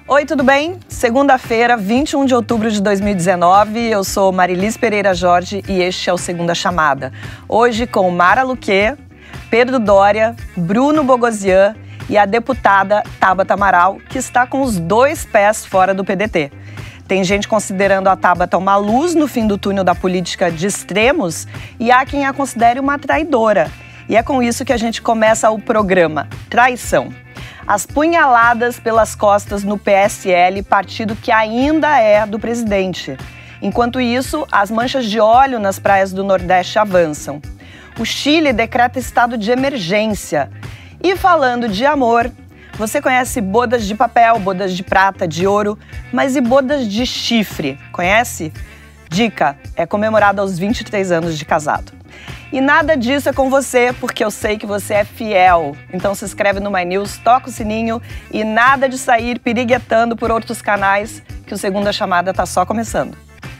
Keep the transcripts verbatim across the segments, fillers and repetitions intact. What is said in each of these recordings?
Oi, tudo bem? Segunda-feira, vinte e um de outubro de dois mil e dezenove, eu sou Marilis Pereira Jorge e este é o Segunda Chamada. Hoje com Mara Luque, Pedro Doria, Bruno Bogosian e a deputada Tabata Amaral, que está com os dois pés fora do P D T. Tem gente considerando a Tabata uma luz no fim do túnel da política de extremos e há quem a considere uma traidora. E é com isso que a gente começa o programa Traição. As punhaladas pelas costas no P S L, partido que ainda é do presidente. Enquanto isso, as manchas de óleo nas praias do Nordeste avançam. O Chile decreta estado de emergência. E falando de amor, você conhece bodas de papel, bodas de prata, de ouro, mas e bodas de chifre? Conhece? Dica, é comemorado aos vinte e três anos de casado. E nada disso é com você, porque eu sei que você é fiel. Então se inscreve no My News, toca o sininho e nada de sair piriguetando por outros canais, que o Segunda Chamada tá só começando.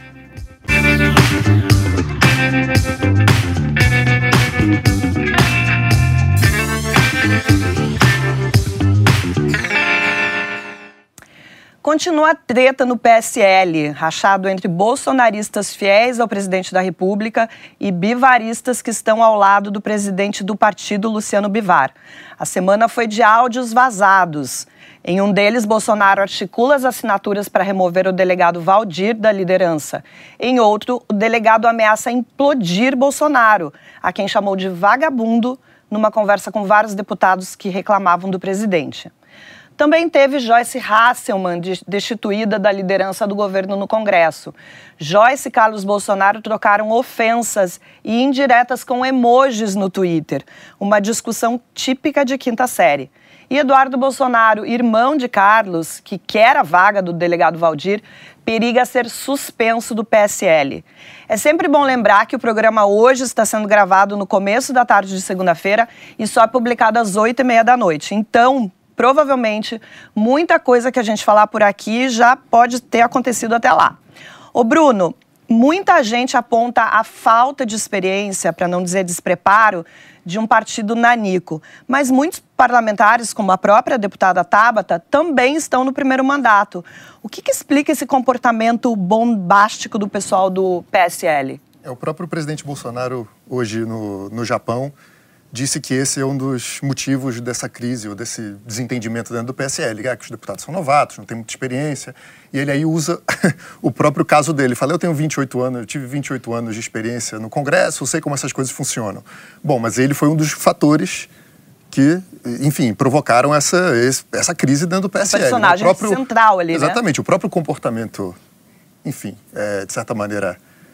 Continua a treta no P S L, rachado entre bolsonaristas fiéis ao presidente da República e bivaristas que estão ao lado do presidente do partido, Luciano Bivar. A semana foi de áudios vazados. Em um deles, Bolsonaro articula as assinaturas para remover o delegado Valdir da liderança. Em outro, o delegado ameaça implodir Bolsonaro, a quem chamou de vagabundo, numa conversa com vários deputados que reclamavam do presidente. Também teve Joyce Hasselmann, destituída da liderança do governo no Congresso. Joyce e Carlos Bolsonaro trocaram ofensas e indiretas com emojis no Twitter, uma discussão típica de quinta série. E Eduardo Bolsonaro, irmão de Carlos, que quer a vaga do delegado Valdir, periga ser suspenso do P S L. É sempre bom lembrar que o programa hoje está sendo gravado no começo da tarde de segunda-feira e só é publicado às oito e meia da noite. Então, provavelmente, muita coisa que a gente falar por aqui já pode ter acontecido até lá. Ô Bruno, muita gente aponta a falta de experiência, para não dizer despreparo, de um partido nanico. Mas muitos parlamentares, como a própria deputada Tabata, também estão no primeiro mandato. O que, que explica esse comportamento bombástico do pessoal do P S L? É, o próprio presidente Bolsonaro, hoje no, no Japão, disse que esse é um dos motivos dessa crise ou desse desentendimento dentro do P S L, que os deputados são novatos, não têm muita experiência, e ele aí usa o próprio caso dele. Fala, eu tenho vinte e oito anos, eu tive vinte e oito anos de experiência no Congresso, eu sei como essas coisas funcionam. Bom, mas ele foi um dos fatores que, enfim, provocaram essa, essa crise dentro do P S L. O personagem o próprio, central ali, exatamente, né? O próprio comportamento, enfim, é, de certa maneira,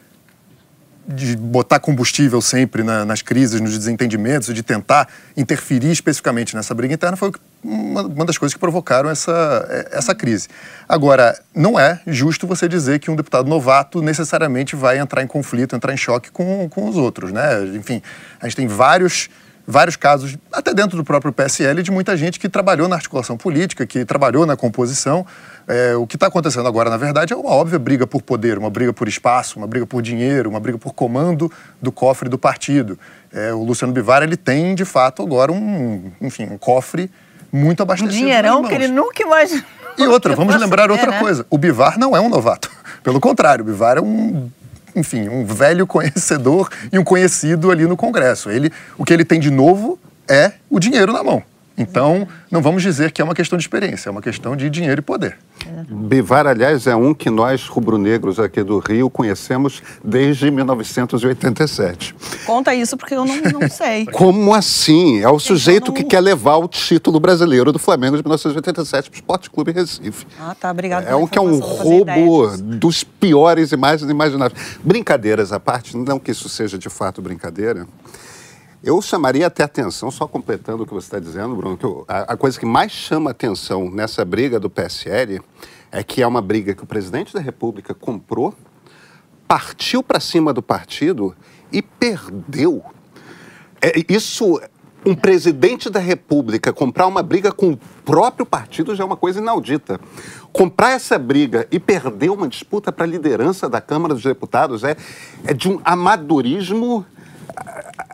de botar combustível sempre na, nas crises, nos desentendimentos, de tentar interferir especificamente nessa briga interna, foi uma, uma das coisas que provocaram essa, essa crise. Agora, não é justo você dizer que um deputado novato necessariamente vai entrar em conflito, entrar em choque com, com os outros, né? Enfim, a gente tem vários... vários casos, até dentro do próprio P S L, de muita gente que trabalhou na articulação política, que trabalhou na composição. É, o que está acontecendo agora, na verdade, é uma óbvia briga por poder, uma briga por espaço, uma briga por dinheiro, uma briga por comando do cofre do partido. É, o Luciano Bivar, ele tem, de fato, agora um, enfim, um cofre muito abastecido. Um dinheirão que ele nunca imaginou. E outra, vamos lembrar outra né? coisa. O Bivar não é um novato. Pelo contrário, o Bivar é um... enfim, um velho conhecedor e um conhecido ali no Congresso. Ele, o que ele tem de novo é o dinheiro na mão. Então, não vamos dizer que é uma questão de experiência, é uma questão de dinheiro e poder. Bivar, aliás, é um que nós, rubro-negros aqui do Rio, conhecemos desde mil novecentos e oitenta e sete. Conta isso porque eu não, não sei. Como assim? É o sujeito que quer levar o título brasileiro do Flamengo de mil novecentos e oitenta e sete para o Esporte Clube Recife. Ah, tá, obrigado. É um que é um roubo dos piores e mais inimagináveis. Brincadeiras à parte, não que isso seja de fato brincadeira, eu chamaria até atenção, só completando o que você está dizendo, Bruno, que a, a coisa que mais chama atenção nessa briga do P S L é que é uma briga que o presidente da República comprou, partiu para cima do partido e perdeu. É, isso, um presidente da República comprar uma briga com o próprio partido já é uma coisa inaudita. Comprar essa briga e perder uma disputa para a liderança da Câmara dos Deputados é, é de um amadorismo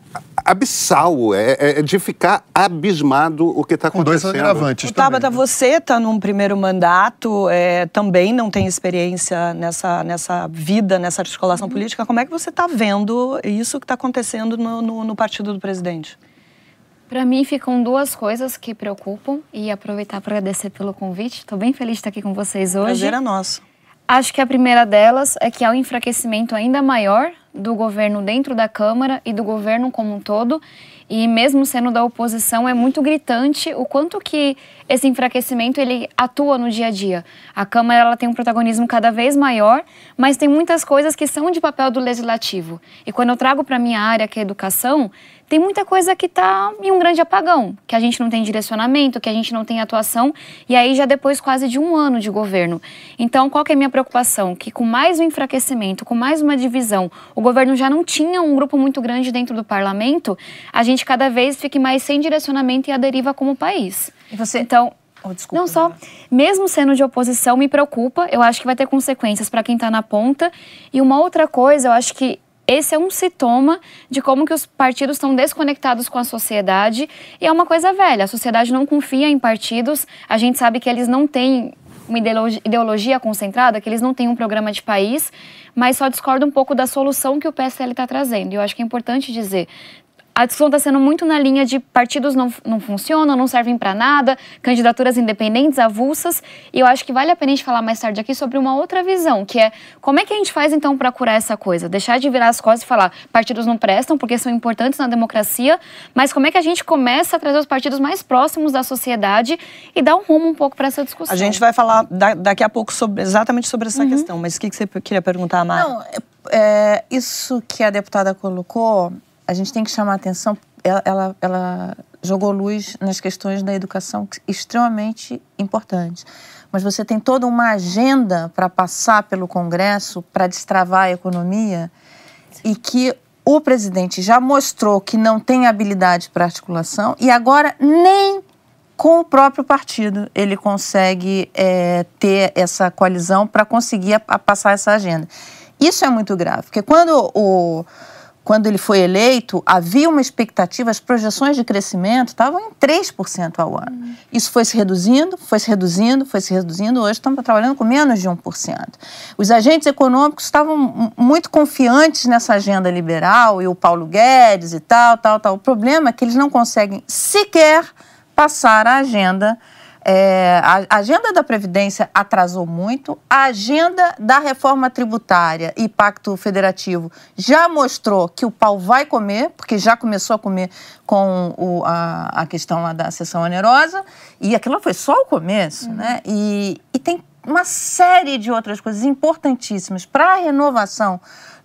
abissal, é, é de ficar abismado o que está acontecendo. Com dois agravantes o Tabata, também, né? Você está num primeiro mandato, é, também não tem experiência nessa, nessa vida, nessa articulação uhum. política. Como é que você está vendo isso que está acontecendo no, no, no partido do presidente? Para mim, ficam duas coisas que preocupam, e aproveitar para agradecer pelo convite. Estou bem feliz de estar aqui com vocês hoje. Prazer é nosso. Acho que a primeira delas é que há um enfraquecimento ainda maior do governo dentro da Câmara e do governo como um todo. E mesmo sendo da oposição, é muito gritante o quanto que esse enfraquecimento ele atua no dia a dia. A Câmara ela tem um protagonismo cada vez maior, mas tem muitas coisas que são de papel do Legislativo. E quando eu trago para a minha área, que é a educação, tem muita coisa que está em um grande apagão, que a gente não tem direcionamento, que a gente não tem atuação, e aí já depois quase de um ano de governo. Então, qual que é a minha preocupação? Que com mais um enfraquecimento, com mais uma divisão, o governo já não tinha um grupo muito grande dentro do parlamento, a gente cada vez fique mais sem direcionamento e a deriva como país. E você... Então, oh, desculpa, não só, mesmo sendo de oposição, me preocupa, eu acho que vai ter consequências para quem está na ponta. E uma outra coisa, eu acho que esse é um sintoma de como que os partidos estão desconectados com a sociedade, e é uma coisa velha, a sociedade não confia em partidos, a gente sabe que eles não têm uma ideologia, ideologia concentrada, que eles não têm um programa de país, mas só discordo um pouco da solução que o P S L está trazendo, e eu acho que é importante dizer. A discussão está sendo muito na linha de partidos não, não funcionam, não servem para nada, candidaturas independentes, avulsas, e eu acho que vale a pena a gente falar mais tarde aqui sobre uma outra visão, que é como é que a gente faz então para curar essa coisa? Deixar de virar as costas e falar partidos não prestam porque são importantes na democracia, mas como é que a gente começa a trazer os partidos mais próximos da sociedade e dar um rumo um pouco para essa discussão? A gente vai falar da, daqui a pouco sobre, exatamente sobre essa uhum. questão, mas o que, que você queria perguntar, Mari? Não, é, isso que a deputada colocou, a gente tem que chamar a atenção, ela, ela, ela jogou luz nas questões da educação extremamente importantes. Mas você tem toda uma agenda para passar pelo Congresso, para destravar a economia, e que o presidente já mostrou que não tem habilidade para articulação, e agora nem com o próprio partido ele consegue é, ter essa coalizão para conseguir a, a passar essa agenda. Isso é muito grave, porque quando o... Quando ele foi eleito, havia uma expectativa, as projeções de crescimento estavam em três por cento ao ano. Uhum. Isso foi se reduzindo, foi se reduzindo, foi se reduzindo. Hoje estamos trabalhando com menos de um por cento. Os agentes econômicos estavam muito confiantes nessa agenda liberal, e o Paulo Guedes e tal, tal, tal. O problema é que eles não conseguem sequer passar a agenda. É, a agenda da Previdência atrasou muito, a agenda da reforma tributária e pacto federativo já mostrou que o pau vai comer, porque já começou a comer com o, a, a questão lá da sessão onerosa, e aquilo foi só o começo, uhum. né? E, e tem uma série de outras coisas importantíssimas para a renovação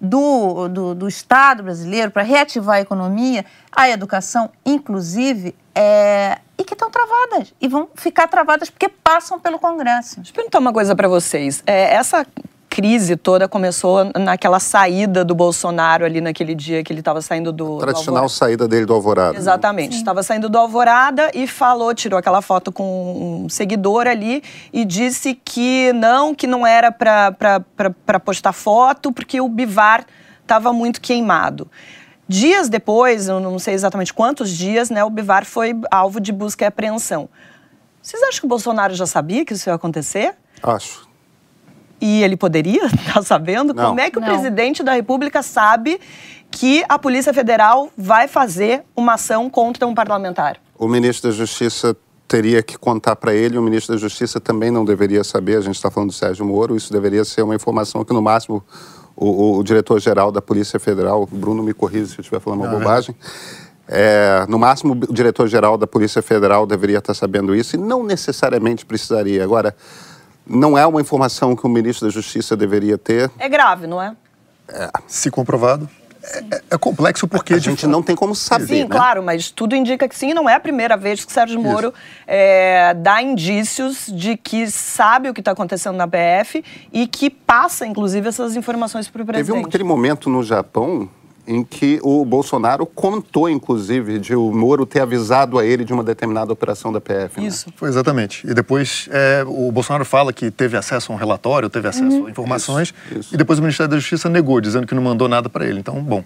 do, do, do Estado brasileiro, para reativar a economia, a educação, inclusive, é... e que estão travadas, e vão ficar travadas porque passam pelo Congresso. Deixa eu perguntar uma coisa para vocês. É, essa crise toda começou naquela saída do Bolsonaro ali naquele dia que ele estava saindo do... A tradicional do saída dele do Alvorada. Exatamente. Estava saindo do Alvorada e falou, tirou aquela foto com um seguidor ali e disse que não, que não era para postar foto porque o Bivar estava muito queimado. Dias depois, eu não sei exatamente quantos dias, né, o Bivar foi alvo de busca e apreensão. Vocês acham que o Bolsonaro já sabia que isso ia acontecer? Acho. E ele poderia estar sabendo? Não. Como é que o Não. presidente da República sabe que a Polícia Federal vai fazer uma ação contra um parlamentar? O ministro da Justiça teria que contar para ele, o ministro da Justiça também não deveria saber, a gente está falando do Sérgio Moro, isso deveria ser uma informação que no máximo o, o, o diretor-geral da Polícia Federal, Bruno, me corrija se eu estiver falando uma não, bobagem, é, no máximo o diretor-geral da Polícia Federal deveria estar sabendo isso e não necessariamente precisaria. Agora, não é uma informação que o ministro da Justiça deveria ter. É grave, não é? É. Se comprovado. É, é complexo porque... A gente não tem como saber, Sim, né? claro, mas tudo indica que sim, não é a primeira vez que o Sérgio Moro é, dá indícios de que sabe o que está acontecendo na P F e que passa, inclusive, essas informações para o presidente. Teve um, aquele momento no Japão em que o Bolsonaro contou, inclusive, de o Moro ter avisado a ele de uma determinada operação da P F. Né? Isso. Foi exatamente. E depois é, o Bolsonaro fala que teve acesso a um relatório, teve acesso uhum. a informações, isso, isso. e depois o Ministério da Justiça negou, dizendo que não mandou nada para ele. Então, bom...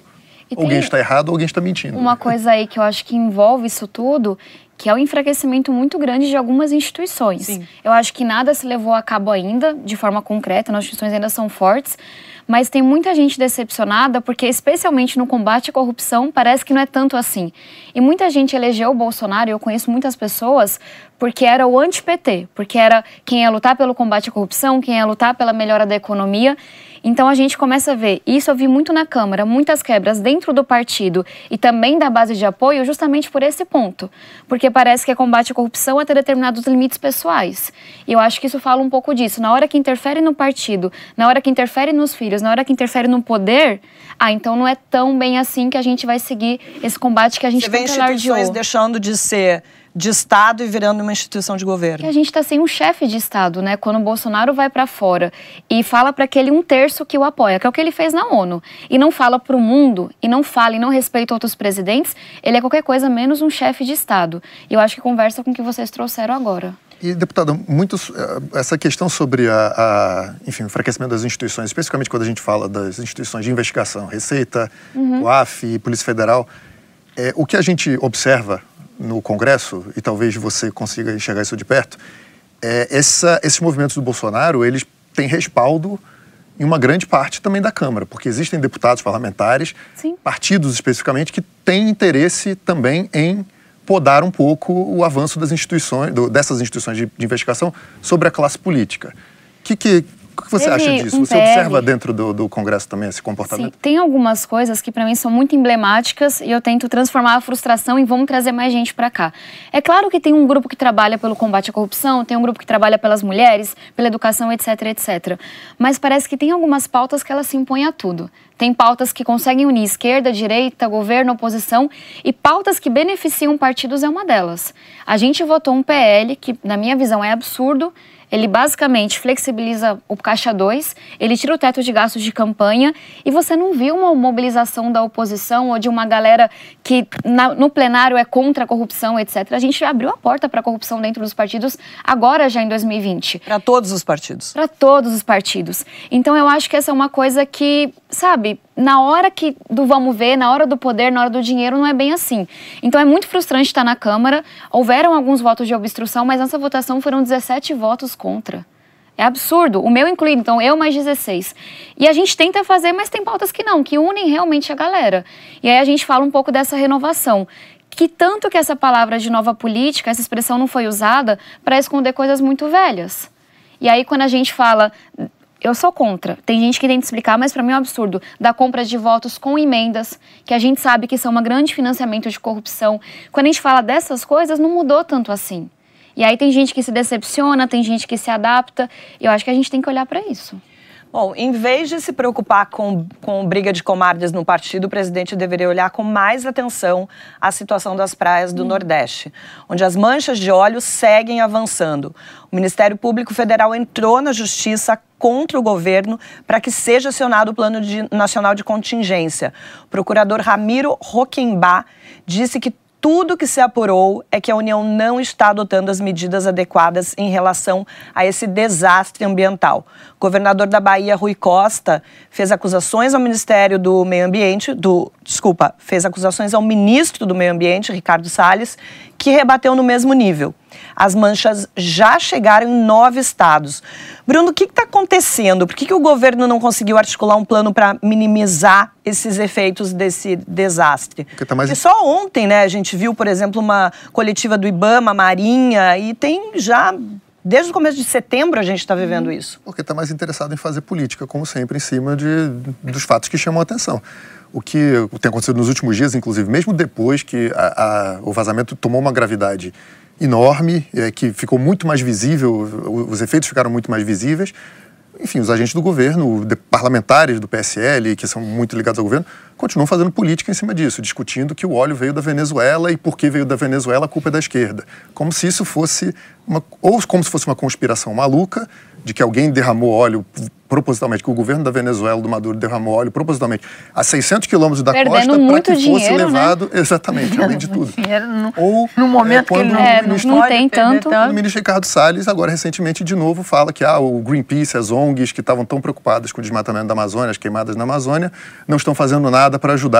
alguém está errado ou alguém está mentindo. Uma coisa aí que eu acho que envolve isso tudo, que é o enfraquecimento muito grande de algumas instituições. Sim. Eu acho que nada se levou a cabo ainda, de forma concreta, as instituições ainda são fortes, mas tem muita gente decepcionada porque, especialmente no combate à corrupção, parece que não é tanto assim. E muita gente elegeu o Bolsonaro, e eu conheço muitas pessoas, porque era o anti-P T, porque era quem ia lutar pelo combate à corrupção, quem ia lutar pela melhora da economia. Então a gente começa a ver, e isso eu vi muito na Câmara, muitas quebras dentro do partido e também da base de apoio justamente por esse ponto. Porque parece que é combate à corrupção até determinados limites pessoais. E eu acho que isso fala um pouco disso. Na hora que interfere no partido, na hora que interfere nos filhos, na hora que interfere no poder, ah, então não é tão bem assim que a gente vai seguir esse combate que a gente tanto alardeou. Você vê instituições deixando de ser de Estado e virando uma instituição de governo. E a gente está sem um chefe de Estado, né? Quando o Bolsonaro vai para fora e fala para aquele um terço que o apoia, que é o que ele fez na ONU, e não fala para o mundo, e não fala e não respeita outros presidentes, ele é qualquer coisa menos um chefe de Estado. E eu acho que conversa com o que vocês trouxeram agora. E, deputada, muitos, essa questão sobre a, a, enfim, o enfraquecimento das instituições, especificamente quando a gente fala das instituições de investigação, Receita, uhum. COAF, Polícia Federal, é, o que a gente observa no Congresso, e talvez você consiga enxergar isso de perto, é, essa, esses movimentos do Bolsonaro, eles têm respaldo em uma grande parte também da Câmara, porque existem deputados parlamentares, Sim. partidos especificamente, que têm interesse também em podar um pouco o avanço das instituições, do, dessas instituições de, de investigação sobre a classe política. O que, que, que você Teve acha disso? Um você P L. Observa dentro do, do Congresso também esse comportamento? Sim, tem algumas coisas que para mim são muito emblemáticas e eu tento transformar a frustração em vamos trazer mais gente para cá. É claro que tem um grupo que trabalha pelo combate à corrupção, tem um grupo que trabalha pelas mulheres, pela educação, etc, etcétera. Mas parece que tem algumas pautas que elas se impõem a tudo. Tem pautas que conseguem unir esquerda, direita, governo, oposição, e pautas que beneficiam partidos é uma delas. A gente votou um P L que, na minha visão, é absurdo. Ele basicamente flexibiliza o Caixa dois, ele tira o teto de gastos de campanha e você não viu uma mobilização da oposição ou de uma galera que na, no plenário é contra a corrupção, etcétera. A gente abriu a porta para a corrupção dentro dos partidos agora já em dois mil e vinte. Para todos os partidos. Para todos os partidos. Então eu acho que essa é uma coisa que, sabe, na hora que do vamos ver, na hora do poder, na hora do dinheiro, não é bem assim. Então é muito frustrante estar na Câmara. Houveram alguns votos de obstrução, mas nessa votação foram dezessete votos contra. É absurdo. O meu incluído, então eu mais dezesseis. E a gente tenta fazer, mas tem pautas que não, que unem realmente a galera. E aí a gente fala um pouco dessa renovação. Que tanto que essa palavra de nova política, essa expressão não foi usada para esconder coisas muito velhas. E aí quando a gente fala... Eu sou contra. Tem gente que tenta explicar, mas para mim é um absurdo. Da compra de votos com emendas, que a gente sabe que são um grande financiamento de corrupção. Quando a gente fala dessas coisas, não mudou tanto assim. E aí tem gente que se decepciona, tem gente que se adapta. E eu acho que a gente tem que olhar para isso. Bom, em vez de se preocupar com, com briga de comadres no partido, o presidente deveria olhar com mais atenção a situação das praias do hum. Nordeste, onde as manchas de óleo seguem avançando. O Ministério Público Federal entrou na Justiça contra o governo para que seja acionado o Plano de, Nacional de Contingência. O procurador Ramiro Roquembar disse que tudo que se apurou é que a União não está adotando as medidas adequadas em relação a esse desastre ambiental. O governador da Bahia, Rui Costa, fez acusações ao Ministério do Meio Ambiente, do, desculpa, fez acusações ao ministro do Meio Ambiente, Ricardo Salles, que rebateu no mesmo nível. As manchas já chegaram em nove estados. Bruno, o que está acontecendo? Por que, que o governo não conseguiu articular um plano para minimizar esses efeitos desse desastre? Porque, tá mais... Porque só ontem, né, a gente viu, por exemplo, uma coletiva do IBAMA, Marinha, e tem já... Desde o começo de setembro a gente está vivendo isso. Porque está mais interessado em fazer política, como sempre, em cima de, dos fatos que chamam a atenção. O que tem acontecido nos últimos dias, inclusive, mesmo depois que a, a, o vazamento tomou uma gravidade enorme, é, que ficou muito mais visível, os efeitos ficaram muito mais visíveis. Enfim, os agentes do governo, parlamentares do P S L, que são muito ligados ao governo, continuam fazendo política em cima disso, discutindo que o óleo veio da Venezuela e por que veio da Venezuela a culpa é da esquerda. Como se isso fosse, uma, ou como se fosse uma conspiração maluca, de que alguém derramou óleo propositalmente, que o governo da Venezuela, do Maduro, derramou óleo propositalmente a seiscentos quilômetros da Perdendo costa para que dinheiro, fosse levado, né? Exatamente, além de tudo. No, ou no momento é, quando que ele o é, ministro, não tem tanto. O ministro Ricardo Salles, agora recentemente, de novo, fala que ah, o Greenpeace, as O N Gs que estavam tão preocupadas com o desmatamento da Amazônia, as queimadas na Amazônia, não estão fazendo nada para ajudar.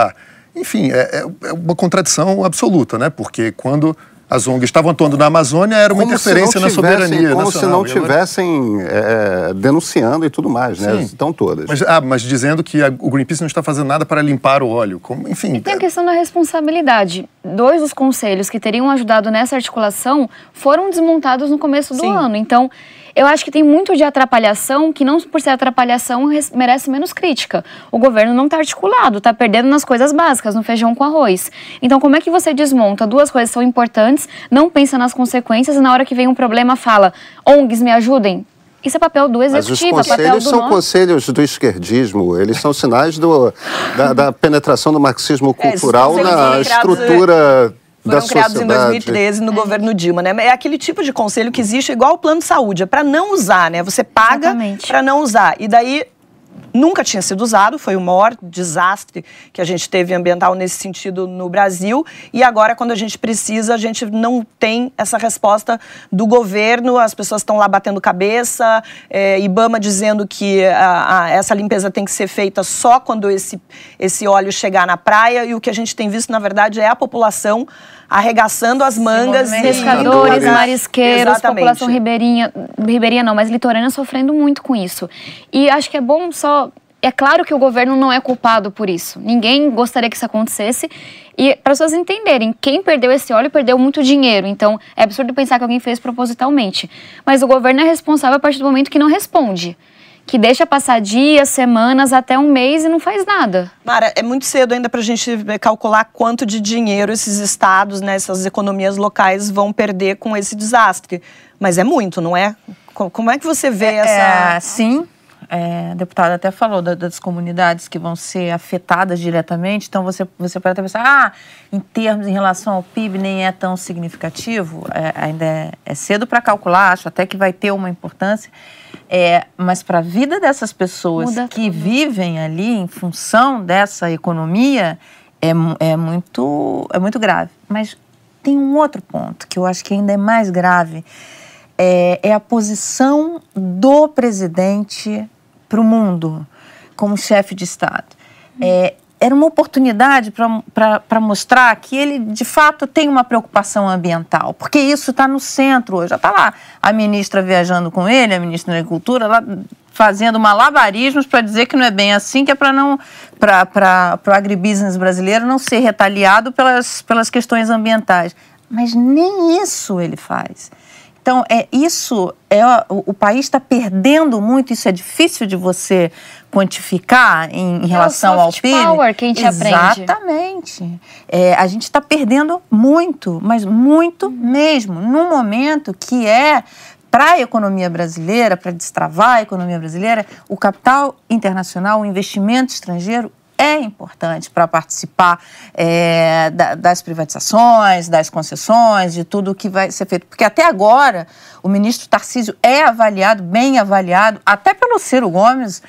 Enfim, é, é uma contradição absoluta, né? Porque quando as O N Gs estavam atuando na Amazônia, era uma como interferência na soberania como nacional. Como se não estivessem é, denunciando e tudo mais, né? Sim. Estão todas. Mas, ah, mas dizendo que a, o Greenpeace não está fazendo nada para limpar o óleo. Como, enfim. E tem a questão da responsabilidade. Dois dos conselhos que teriam ajudado nessa articulação foram desmontados no começo do Sim. ano. Então, eu acho que tem muito de atrapalhação que, não por ser atrapalhação, merece menos crítica. O governo não está articulado, está perdendo nas coisas básicas, no feijão com arroz. Então, como é que você desmonta duas coisas que são importantes, não pensa nas consequências e na hora que vem um problema fala, O N Gs me ajudem? Isso é papel do executivo, Mas os é papel conselhos do são nosso... conselhos do esquerdismo, eles são sinais do, da, da penetração do marxismo cultural é, na estrutura... Foram da criados sociedade. em dois mil e treze no é. governo Dilma, né? É aquele tipo de conselho que existe igual o plano de saúde, é para não usar, né? Você paga para não usar. E daí nunca tinha sido usado, foi o maior desastre que a gente teve ambiental nesse sentido no Brasil. E agora, quando a gente precisa, a gente não tem essa resposta do governo, as pessoas estão lá batendo cabeça, é, Ibama dizendo que a, a, essa limpeza tem que ser feita só quando esse, esse óleo chegar na praia, e o que a gente tem visto, na verdade, é a população arregaçando as mangas. Sim, pescadores, marisqueiros, Exatamente. população ribeirinha, ribeirinha não, mas litorânea sofrendo muito com isso. E acho que é bom só... É claro que o governo não é culpado por isso. Ninguém gostaria que isso acontecesse. E para as pessoas entenderem, quem perdeu esse óleo perdeu muito dinheiro. Então, é absurdo pensar que alguém fez propositalmente. Mas o governo é responsável a partir do momento que não responde. Que deixa passar dias, semanas, até um mês e não faz nada. Mara, é muito cedo ainda para a gente calcular quanto de dinheiro esses estados, né, essas economias locais vão perder com esse desastre. Mas é muito, não é? Como é que você vê essa... É, sim. É, a deputada até falou da, das comunidades que vão ser afetadas diretamente, então você, você pode até pensar, ah, em termos, em relação ao P I B, nem é tão significativo, é, ainda é, é cedo para calcular, acho até que vai ter uma importância, é, mas para a vida dessas pessoas Muda que tudo. vivem ali em função dessa economia, é, é, muito, é muito grave. Mas tem um outro ponto que eu acho que ainda é mais grave, é, é a posição do presidente para o mundo, como chefe de Estado. É, era uma oportunidade para mostrar que ele, de fato, tem uma preocupação ambiental, porque isso está no centro hoje. Já está lá a ministra viajando com ele, a ministra da Agricultura, lá fazendo malabarismos para dizer que não é bem assim, que é para não para o agribusiness brasileiro não ser retaliado pelas, pelas questões ambientais. Mas nem isso ele faz. Então, é, isso, é, o, o país está perdendo muito, isso é difícil de você quantificar em, em relação ao P I B. É o soft power que a gente aprende. Exatamente. É, a gente está perdendo muito, mas muito mesmo, num momento que é, para a economia brasileira, para destravar a economia brasileira, o capital internacional, o investimento estrangeiro, é importante para participar é, da, das privatizações, das concessões, de tudo o que vai ser feito. Porque até agora o ministro Tarcísio é avaliado, bem avaliado, até pelo Ciro Gomes,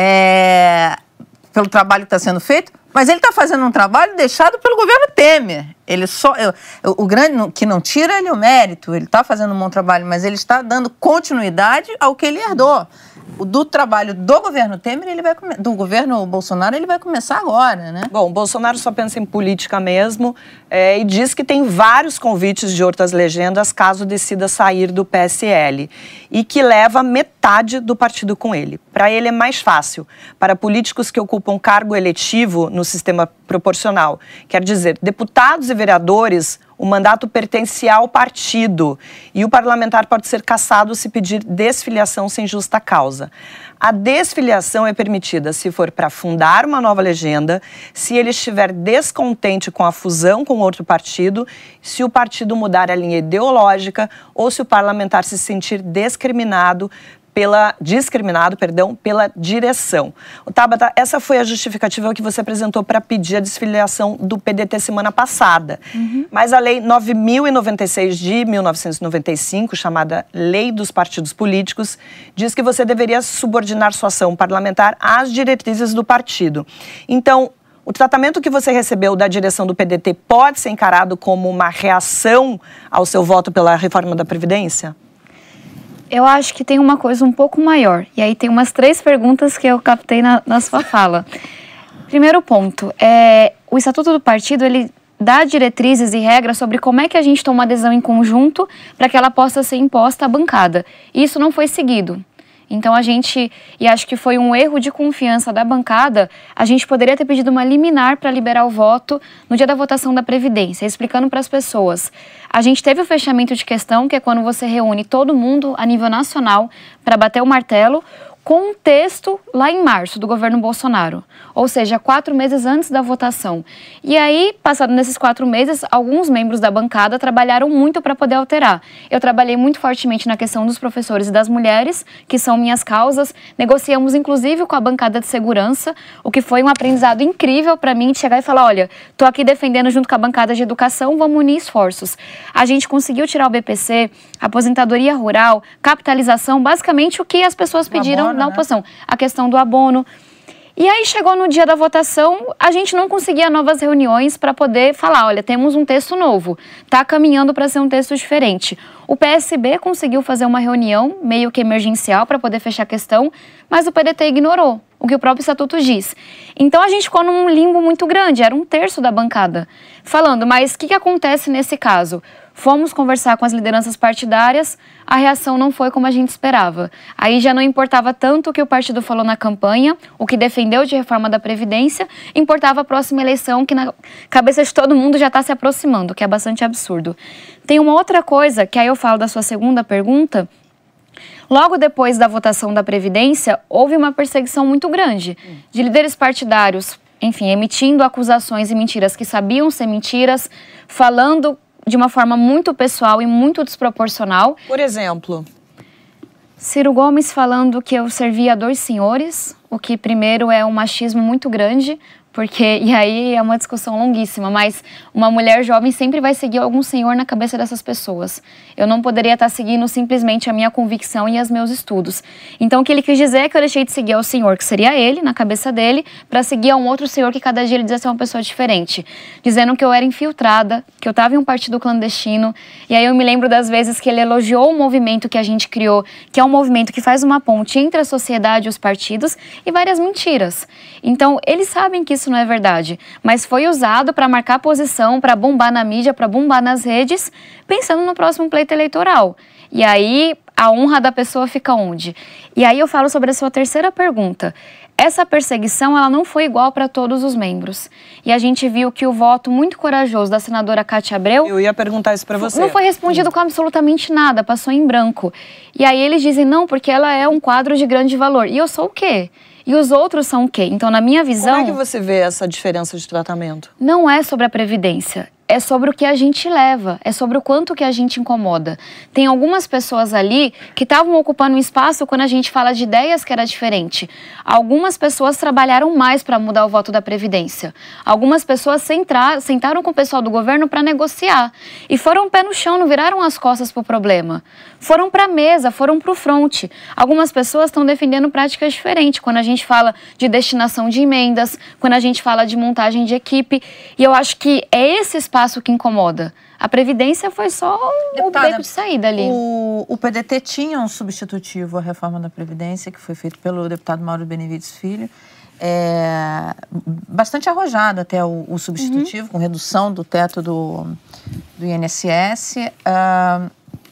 é, pelo trabalho que está sendo feito, mas ele está fazendo um trabalho deixado pelo governo Temer. Ele só, eu, o grande que não tira ele o mérito, ele está fazendo um bom trabalho, mas ele está dando continuidade ao que ele herdou. Do trabalho do governo Temer, ele vai come... do governo Bolsonaro, ele vai começar agora, né? Bom, o Bolsonaro só pensa em política mesmo é, e diz que tem vários convites de outras legendas caso decida sair do P S L e que leva metade do partido com ele. Para ele é mais fácil. Para políticos que ocupam cargo eletivo no sistema proporcional, quer dizer, deputados e vereadores, o mandato pertence ao partido e o parlamentar pode ser cassado se pedir desfiliação sem justa causa. A desfiliação é permitida se for para fundar uma nova legenda, se ele estiver descontente com a fusão com outro partido, se o partido mudar a linha ideológica ou se o parlamentar se sentir discriminado pela discriminado, perdão, pela direção. O Tabata, essa foi a justificativa que você apresentou para pedir a desfiliação do P D T semana passada. Uhum. Mas a Lei nove mil e noventa e seis de mil novecentos e noventa e cinco, chamada Lei dos Partidos Políticos, diz que você deveria subordinar sua ação parlamentar às diretrizes do partido. Então, o tratamento que você recebeu da direção do P D T pode ser encarado como uma reação ao seu voto pela reforma da Previdência? Eu acho que tem uma coisa um pouco maior. E aí tem umas três perguntas que eu captei na, na sua fala. Primeiro ponto, é, o o Estatuto do Partido, ele dá diretrizes e regras sobre como é que a gente toma adesão em conjunto para que ela possa ser imposta à bancada. E isso não foi seguido. Então a gente, e acho que foi um erro de confiança da bancada, a gente poderia ter pedido uma liminar para liberar o voto no dia da votação da Previdência, explicando para as pessoas. A gente teve o fechamento de questão, que é quando você reúne todo mundo a nível nacional para bater o martelo, com um texto lá em março do governo Bolsonaro, ou seja, quatro meses antes da votação. E aí, passado nesses quatro meses, alguns membros da bancada trabalharam muito para poder alterar. Eu trabalhei muito fortemente na questão dos professores e das mulheres, que são minhas causas. Negociamos, inclusive, com a bancada de segurança, o que foi um aprendizado incrível para mim, de chegar e falar, olha, estou aqui defendendo junto com a bancada de educação, vamos unir esforços. A gente conseguiu tirar o B P C, aposentadoria rural, capitalização, basicamente o que as pessoas pediram na oposição, a questão do abono. E aí chegou no dia da votação, a gente não conseguia novas reuniões para poder falar, olha, temos um texto novo, está caminhando para ser um texto diferente. O P S B conseguiu fazer uma reunião meio que emergencial para poder fechar a questão, mas o P D T ignorou o que o próprio estatuto diz. Então a gente ficou num limbo muito grande, era um terço da bancada falando, mas o que, que acontece nesse caso? Fomos conversar com as lideranças partidárias, a reação não foi como a gente esperava. Aí já não importava tanto o que o partido falou na campanha, o que defendeu de reforma da Previdência, importava a próxima eleição, que na cabeça de todo mundo já está se aproximando, que é bastante absurdo. Tem uma outra coisa, que aí eu falo da sua segunda pergunta. Logo depois da votação da Previdência, houve uma perseguição muito grande de líderes partidários, enfim, emitindo acusações e mentiras que sabiam ser mentiras, falando de uma forma muito pessoal e muito desproporcional. Por exemplo? Ciro Gomes falando que eu servia a dois senhores, o que primeiro é um machismo muito grande, porque, e aí é uma discussão longuíssima, mas uma mulher jovem sempre vai seguir algum senhor na cabeça dessas pessoas. Eu não poderia estar seguindo simplesmente a minha convicção e os meus estudos. Então o que ele quis dizer é que eu deixei de seguir ao senhor, que seria ele, na cabeça dele, para seguir a um outro senhor que cada dia ele dizia ser uma pessoa diferente. Dizendo que eu era infiltrada, que eu estava em um partido clandestino. E aí eu me lembro das vezes que ele elogiou o movimento que a gente criou, que é um movimento que faz uma ponte entre a sociedade e os partidos, e várias mentiras. Então eles sabem que isso não é verdade, mas foi usado para marcar posição, para bombar na mídia, para bombar nas redes, pensando no próximo pleito eleitoral. E aí a honra da pessoa fica onde? E aí eu falo sobre a sua terceira pergunta. Essa perseguição, ela não foi igual para todos os membros. E a gente viu que o voto muito corajoso da senadora Cátia Abreu... Eu ia perguntar isso para você. Não foi respondido com absolutamente nada, passou em branco. E aí eles dizem, não, porque ela é um quadro de grande valor. E eu sou o quê? E os outros são o quê? Então, na minha visão... Como é que você vê essa diferença de tratamento? Não é sobre a Previdência. É sobre o que a gente leva, é sobre o quanto que a gente incomoda. Tem algumas pessoas ali que estavam ocupando um espaço quando a gente fala de ideias que era diferente. Algumas pessoas trabalharam mais para mudar o voto da Previdência. Algumas pessoas sentra, sentaram com o pessoal do governo para negociar. E foram pé no chão, não viraram as costas para o problema. Foram para a mesa, foram para o fronte. Algumas pessoas estão defendendo práticas diferentes. Quando a gente fala de destinação de emendas, quando a gente fala de montagem de equipe. E eu acho que é esse espaço espaço que incomoda. A Previdência foi só Deputada, o beco de saída ali. O, o P D T tinha um substitutivo à reforma da Previdência, que foi feito pelo deputado Mauro Benevides Filho, é, bastante arrojado até o, o substitutivo, uhum. com redução do teto do, do I N S S, uh,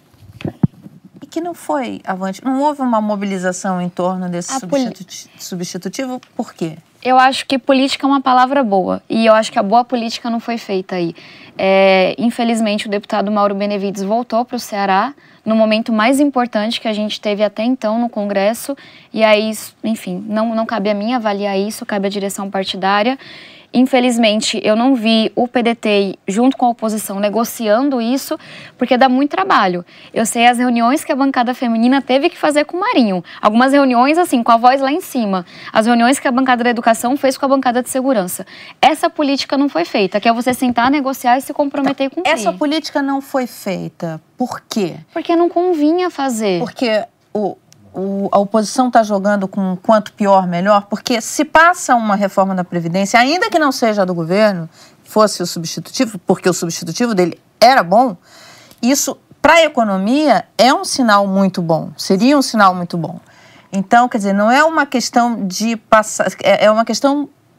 e que não foi avante. Não houve uma mobilização em torno desse substitu substitutivo, por quê? Eu acho que política é uma palavra boa, e eu acho que a boa política não foi feita aí. É, infelizmente, o deputado Mauro Benevides voltou para o Ceará no momento mais importante que a gente teve até então no Congresso, e aí, enfim, não, não cabe a mim avaliar isso, cabe à direção partidária. Infelizmente, eu não vi o P D T junto com a oposição negociando isso, porque dá muito trabalho. Eu sei as reuniões que a bancada feminina teve que fazer com o Marinho. Algumas reuniões, assim, com a voz lá em cima. As reuniões que a bancada da educação fez com a bancada de segurança. Essa política não foi feita, que é você sentar, negociar e se comprometer com o Essa política não foi feita. Por quê? Porque não convinha fazer. Porque o... O, a oposição está jogando com quanto pior, melhor, porque se passa uma reforma da Previdência, ainda que não seja a do governo, fosse o substitutivo, porque o substitutivo dele era bom, isso, para a economia, é um sinal muito bom, seria um sinal muito bom. Então, quer dizer, não é uma questão de passar, é, é uma questão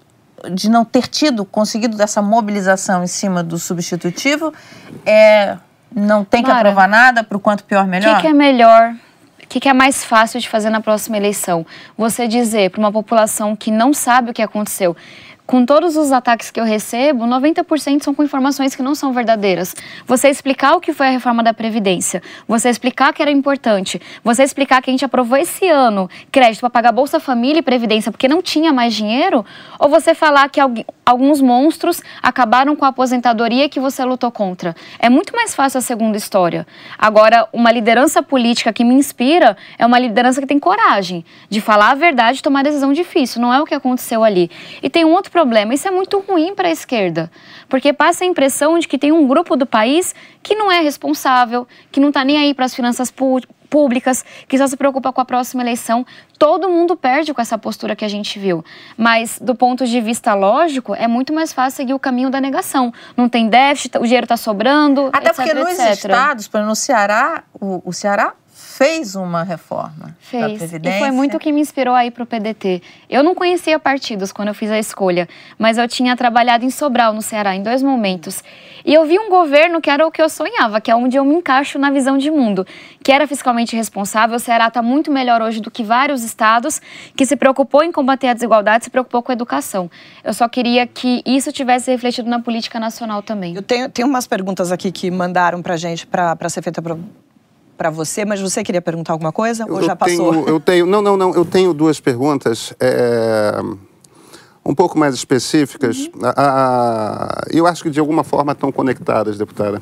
de não ter tido, conseguido dessa mobilização em cima do substitutivo, é, não tem que Mara, aprovar nada, para o quanto pior, melhor? O que, que é melhor? O que, que é mais fácil de fazer na próxima eleição? Você dizer para uma população que não sabe o que aconteceu, com todos os ataques que eu recebo, noventa por cento são com informações que não são verdadeiras. Você explicar o que foi a reforma da Previdência, você explicar que era importante, você explicar que a gente aprovou esse ano crédito para pagar Bolsa Família e Previdência porque não tinha mais dinheiro, ou você falar que alguns monstros acabaram com a aposentadoria que você lutou contra. É muito mais fácil a segunda história. Agora, uma liderança política que me inspira é uma liderança que tem coragem de falar a verdade e tomar decisão difícil. Não é o que aconteceu ali. E tem um outro problema, isso é muito ruim para a esquerda, porque passa a impressão de que tem um grupo do país que não é responsável, que não está nem aí para as finanças públicas, que só se preocupa com a próxima eleição. Todo mundo perde com essa postura que a gente viu. Mas, do ponto de vista lógico, é muito mais fácil seguir o caminho da negação. Não tem déficit, o dinheiro está sobrando, até etc, porque nos etcétera. estados, por exemplo, no Ceará, o, o Ceará fez uma reforma fez. da Previdência. E foi muito o que me inspirou a ir para o P D T. Eu não conhecia partidos quando eu fiz a escolha, mas eu tinha trabalhado em Sobral, no Ceará, em dois momentos. E eu vi um governo que era o que eu sonhava, que é onde eu me encaixo na visão de mundo, que era fiscalmente responsável. O Ceará está muito melhor hoje do que vários estados, que se preocupou em combater a desigualdade, se preocupou com a educação. Eu só queria que isso tivesse refletido na política nacional também. Eu tenho, tenho umas perguntas aqui que mandaram para a gente para ser feita para... para você, mas você queria perguntar alguma coisa ou eu já passou? Tenho, eu tenho, não, não, não, eu tenho duas perguntas é, um pouco mais específicas. Uhum. A, a, eu acho que de alguma forma estão conectadas, deputada.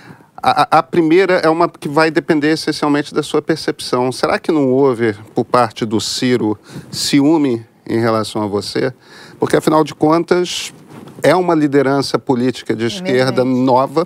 A, a primeira é uma que vai depender essencialmente da sua percepção. Será que não houve, por parte do Ciro, ciúme em relação a você? Porque, afinal de contas, é uma liderança política de esquerda nova,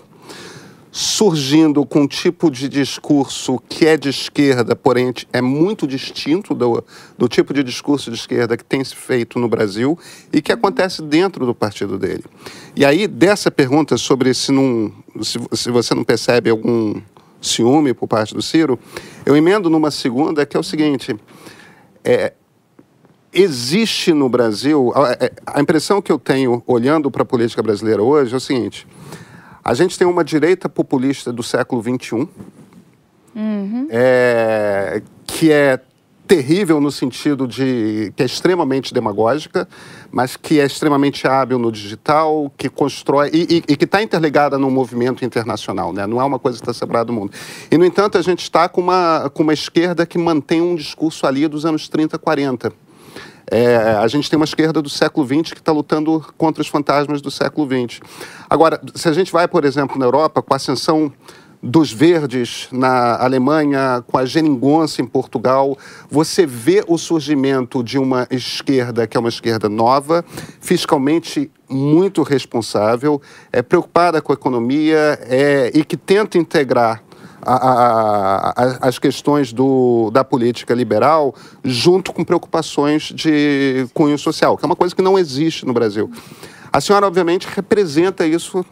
surgindo com um tipo de discurso que é de esquerda, porém é muito distinto do, do tipo de discurso de esquerda que tem se feito no Brasil e que acontece dentro do partido dele. E aí, dessa pergunta sobre se, não, se, se você não percebe algum ciúme por parte do Ciro, eu emendo numa segunda, que é o seguinte, é, existe no Brasil, a, a impressão que eu tenho olhando para a política brasileira hoje é o seguinte: a gente tem uma direita populista do século vinte e um, uhum. é, que é terrível no sentido de que é extremamente demagógica, mas que é extremamente hábil no digital, que constrói e, e, e que está interligada num movimento internacional, né? Não é uma coisa que está separada do mundo. E, no entanto, a gente está com uma, com uma esquerda que mantém um discurso ali dos anos trinta, quarenta. É, a gente tem uma esquerda do século vinte que está lutando contra os fantasmas do século vinte. Agora, se a gente vai, por exemplo, na Europa, com a ascensão dos verdes na Alemanha, com a geringonça em Portugal, você vê o surgimento de uma esquerda que é uma esquerda nova, fiscalmente muito responsável, é preocupada com a economia é, e que tenta integrar A, a, a, as questões do, da política liberal junto com preocupações de cunho social, que é uma coisa que não existe no Brasil. A senhora, obviamente, representa isso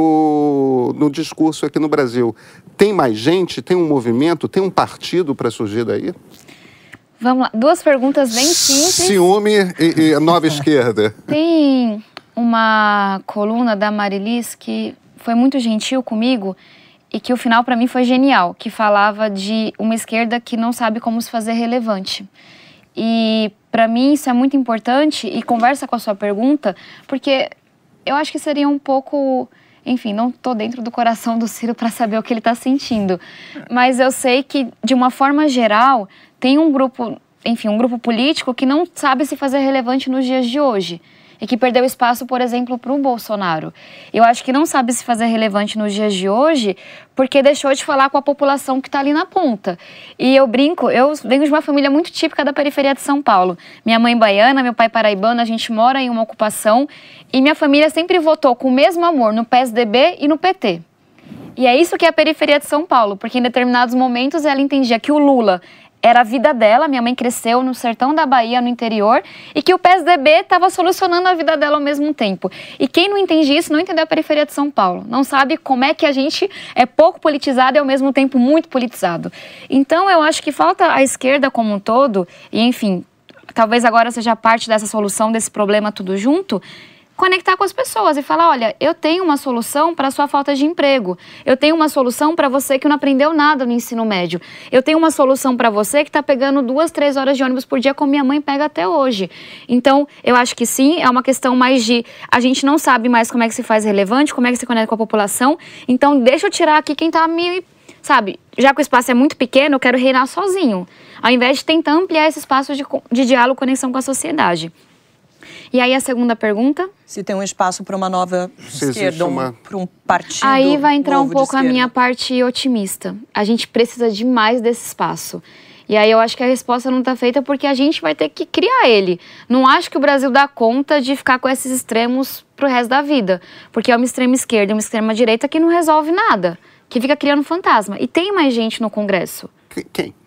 no, no discurso aqui no Brasil. Tem mais gente? Tem um movimento? Tem um partido para surgir daí? Vamos lá. Duas perguntas bem simples. Ciúme e, e nova esquerda. Tem uma coluna da Marilis que foi muito gentil comigo e que o final para mim foi genial, que falava de uma esquerda que não sabe como se fazer relevante. E para mim isso é muito importante e conversa com a sua pergunta, porque eu acho que seria um pouco... Enfim, não estou dentro do coração do Ciro para saber o que ele está sentindo, mas eu sei que, de uma forma geral, tem um grupo, enfim, um grupo político que não sabe se fazer relevante nos dias de hoje. E que perdeu espaço, por exemplo, para o Bolsonaro. Eu acho que não sabe se fazer relevante nos dias de hoje porque deixou de falar com a população que está ali na ponta. E eu brinco, eu venho de uma família muito típica da periferia de São Paulo. Minha mãe baiana, meu pai paraibano, a gente mora em uma ocupação e minha família sempre votou com o mesmo amor no P S D B e no P T. E é isso que é a periferia de São Paulo, porque em determinados momentos ela entendia que o Lula era a vida dela, minha mãe cresceu no sertão da Bahia, no interior, e que o P S D B estava solucionando a vida dela ao mesmo tempo. E quem não entende isso não entendeu a periferia de São Paulo. Não sabe como é que a gente é pouco politizado e ao mesmo tempo muito politizado. Então eu acho que falta a esquerda como um todo, e enfim, talvez agora seja parte dessa solução, desse problema tudo junto, conectar com as pessoas e falar, olha, eu tenho uma solução para a sua falta de emprego. Eu tenho uma solução para você que não aprendeu nada no ensino médio. Eu tenho uma solução para você que está pegando duas, três horas de ônibus por dia, como minha mãe pega até hoje. Então, eu acho que sim, é uma questão mais de... A gente não sabe mais como é que se faz relevante, como é que se conecta com a população. Então, deixa eu tirar aqui quem está me... Sabe, já que o espaço é muito pequeno, eu quero reinar sozinho. Ao invés de tentar ampliar esse espaço de, de diálogo, conexão com a sociedade. E aí a segunda pergunta? Se tem um espaço para uma nova Se esquerda, uma... um, para um partido Aí vai entrar um pouco a esquerda. minha parte otimista. A gente precisa demais desse espaço. E aí eu acho que a resposta não está feita porque a gente vai ter que criar ele. Não acho que o Brasil dá conta de ficar com esses extremos pro resto da vida. Porque é uma extrema esquerda e uma extrema direita que não resolve nada. Que fica criando fantasma. E tem mais gente no Congresso. Quem?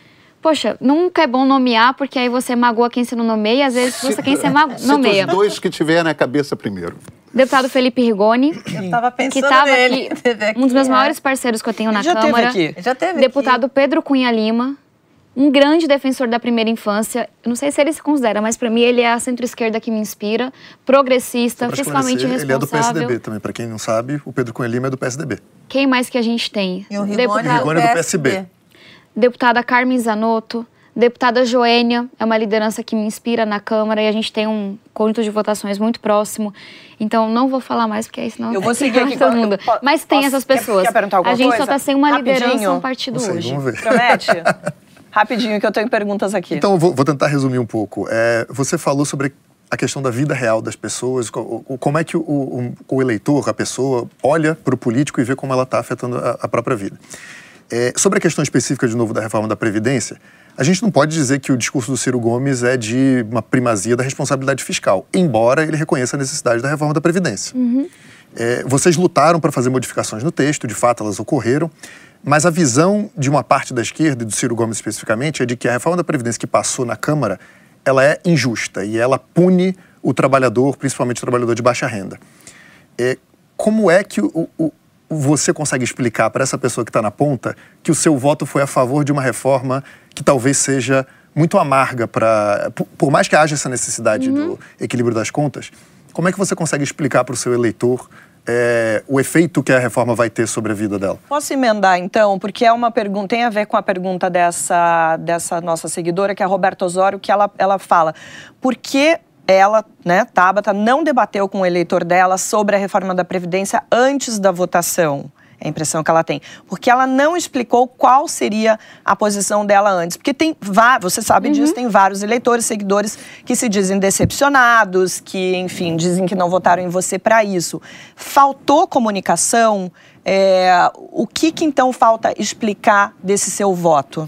Poxa, nunca é bom nomear, porque aí você magoa quem você não nomeia, e às vezes você quem você nomeia. Os dois que tiver na cabeça primeiro. Deputado Felipe Rigoni, Eu tava pensando que estava nele. aqui, um dos meus maiores parceiros que eu tenho na Já Câmara. teve aqui. Já teve Deputado aqui. Pedro Cunha Lima, um grande defensor da primeira infância. Eu não sei se ele se considera, mas para mim ele é a centro-esquerda que me inspira, progressista, Pra fiscalmente esclarecer, ele é do P S D B responsável. também. Para quem não sabe, o Pedro Cunha Lima é do P S D B. Quem mais que a gente tem? E o Rigoni, Deputado- O Rigoni é do P S B. Deputada Carmen Zanotto, deputada Joênia, é uma liderança que me inspira na Câmara e a gente tem um conjunto de votações muito próximo. Então, não vou falar mais, porque aí senão... Eu vou seguir aqui todo com- mundo. po- Mas tem posso- essas quer- pessoas. quer perguntar alguma a gente coisa? só está sem uma liderança Rapidinho. um partido Não sei, hoje. vamos ver. Promete? Rapidinho, que eu tenho perguntas aqui. Então, eu vou, vou tentar resumir um pouco. É, você falou sobre a questão da vida real das pessoas, co- o- como é que o, o- o eleitor, a pessoa, olha para o político e vê como ela está afetando a, a própria vida. É, sobre a questão específica, de novo, da reforma da Previdência, a gente não pode dizer que o discurso do Ciro Gomes é de uma primazia da responsabilidade fiscal, embora ele reconheça a necessidade da reforma da Previdência. Uhum. É, vocês lutaram para fazer modificações no texto, de fato elas ocorreram, mas a visão de uma parte da esquerda, e do Ciro Gomes especificamente, é de que a reforma da Previdência que passou na Câmara, ela é injusta e ela pune o trabalhador, principalmente o trabalhador de baixa renda. É, como é que o, o, você consegue explicar para essa pessoa que está na ponta que o seu voto foi a favor de uma reforma que talvez seja muito amarga para... Por, por mais que haja essa necessidade Uhum. do equilíbrio das contas, como é que você consegue explicar para o seu eleitor é, o efeito que a reforma vai ter sobre a vida dela? Posso emendar, então? Porque é uma pergunta, tem a ver com a pergunta dessa, dessa nossa seguidora, que é a Roberta Osório, que ela, ela fala, por que ela, né, Tabata, não debateu com o eleitor dela sobre a reforma da Previdência antes da votação? É a impressão que ela tem. Porque ela não explicou qual seria a posição dela antes. Porque tem vários, você sabe disso, tem vários eleitores, seguidores que se dizem decepcionados, que, enfim, dizem que não votaram em você para isso. Faltou comunicação? É, o que, que então falta explicar desse seu voto?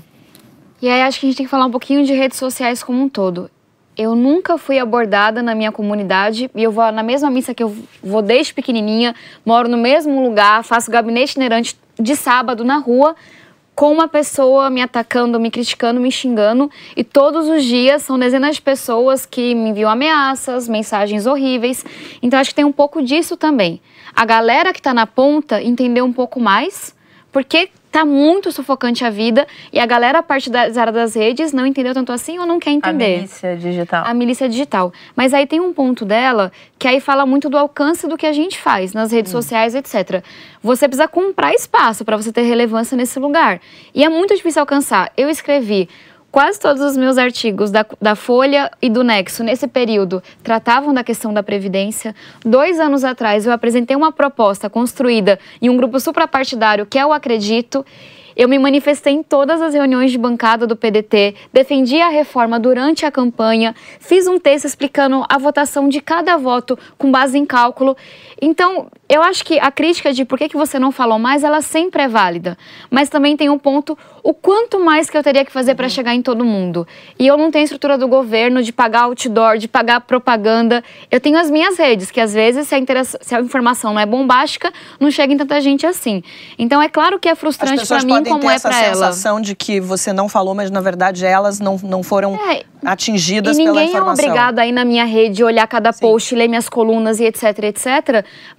E aí acho que a gente tem que falar um pouquinho de redes sociais como um todo. Eu nunca fui abordada na minha comunidade e eu vou na mesma missa que eu vou desde pequenininha, moro no mesmo lugar, faço gabinete itinerante de sábado na rua, com uma pessoa me atacando, me criticando, me xingando, e todos os dias são dezenas de pessoas que me enviam ameaças, mensagens horríveis. Então acho que tem um pouco disso também. A galera que está na ponta entendeu um pouco mais, porque tá muito sufocante a vida e a galera partidizada das redes não entendeu tanto assim ou não quer entender. A milícia digital. A milícia digital. Mas aí tem um ponto dela que aí fala muito do alcance do que a gente faz nas redes sociais, etcétera. Você precisa comprar espaço para você ter relevância nesse lugar. E é muito difícil alcançar. Eu escrevi quase todos os meus artigos da, da Folha e do Nexo, nesse período, tratavam da questão da Previdência. Dois anos atrás, eu apresentei uma proposta construída em um grupo suprapartidário, que é o Acredito. Eu me manifestei em todas as reuniões de bancada do P D T, defendi a reforma durante a campanha, fiz um texto explicando a votação de cada voto com base em cálculo. Então, eu acho que a crítica de por que que você não falou mais, ela sempre é válida. Mas também tem um ponto, o quanto mais que eu teria que fazer para chegar em todo mundo. E eu não tenho estrutura do governo de pagar outdoor, de pagar propaganda. Eu tenho as minhas redes, que às vezes, se a, interação, se a informação não é bombástica, não chega em tanta gente assim. Então, é claro que é frustrante para mim, como é para ela. As pessoas podem ter essa sensação de que você não falou, mas na verdade elas não, não foram É, atingidas e pela ninguém informação. é obrigado a ir na minha rede, olhar cada Sim. post, ler minhas colunas e etc, etcétera. Mas eu acho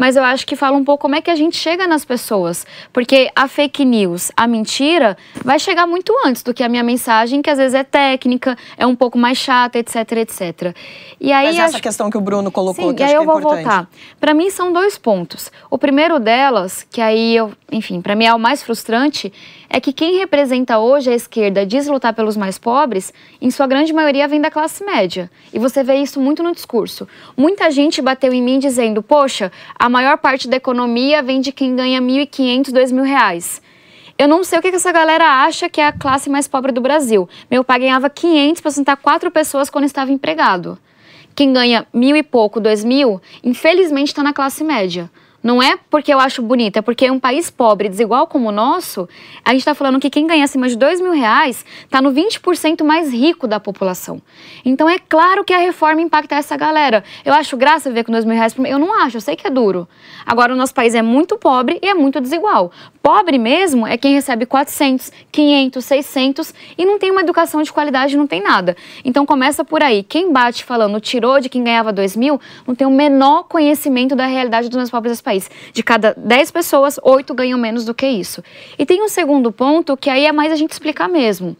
acho que fala um pouco como é que a gente chega nas pessoas. Porque a fake news, a mentira, vai chegar muito antes do que a minha mensagem, que às vezes é técnica, é um pouco mais chata, etc, etcétera. E aí, Mas essa acho... questão que o Bruno colocou, Sim, que e acho aí que eu é vou importante. voltar. Para mim são dois pontos. O primeiro delas, que aí eu, enfim, para mim é o mais frustrante, é que quem representa hoje a esquerda diz lutar pelos mais pobres, em sua grande maioria vem da classe média. E você vê isso muito no discurso. Muita gente bateu em mim dizendo, poxa, a maior parte da economia vem de quem ganha mil e quinhentos, dois mil reais. Eu não sei o que essa galera acha que é a classe mais pobre do Brasil. Meu pai ganhava quinhentos para sustentar quatro pessoas quando estava empregado. Quem ganha mil e pouco, dois mil, infelizmente está na classe média. Não é porque eu acho bonito, é porque em um país pobre, desigual como o nosso, a gente está falando que quem ganha acima de dois mil reais está no vinte por cento mais rico da população. Então é claro que a reforma impacta essa galera. Eu acho graça ver com dois mil reais por mês. Eu não acho, eu sei que é duro. Agora o nosso país é muito pobre e é muito desigual. Pobre mesmo é quem recebe quatrocentos, quinhentos, seiscentos e não tem uma educação de qualidade, não tem nada. Então começa por aí. Quem bate falando tirou de quem ganhava dois mil, não tem o menor conhecimento da realidade dos mais pobres desse país. De cada dez pessoas, oito ganham menos do que isso. E tem um segundo ponto que aí é mais a gente explicar mesmo.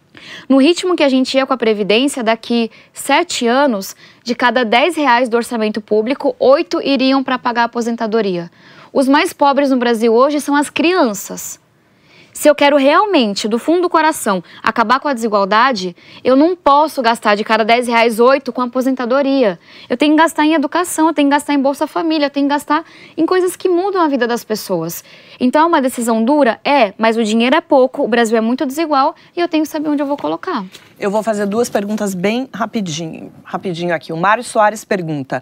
No ritmo que a gente ia com a Previdência, daqui sete anos, de cada dez reais do orçamento público, oito iriam para pagar a aposentadoria. Os mais pobres no Brasil hoje são as crianças. Se eu quero realmente, do fundo do coração, acabar com a desigualdade, eu não posso gastar de cada dez reais, oito com aposentadoria. Eu tenho que gastar em educação, eu tenho que gastar em Bolsa Família, eu tenho que gastar em coisas que mudam a vida das pessoas. Então é uma decisão dura? É, mas o dinheiro é pouco, o Brasil é muito desigual e eu tenho que saber onde eu vou colocar. Eu vou fazer duas perguntas bem rapidinho, rapidinho aqui. O Mário Soares pergunta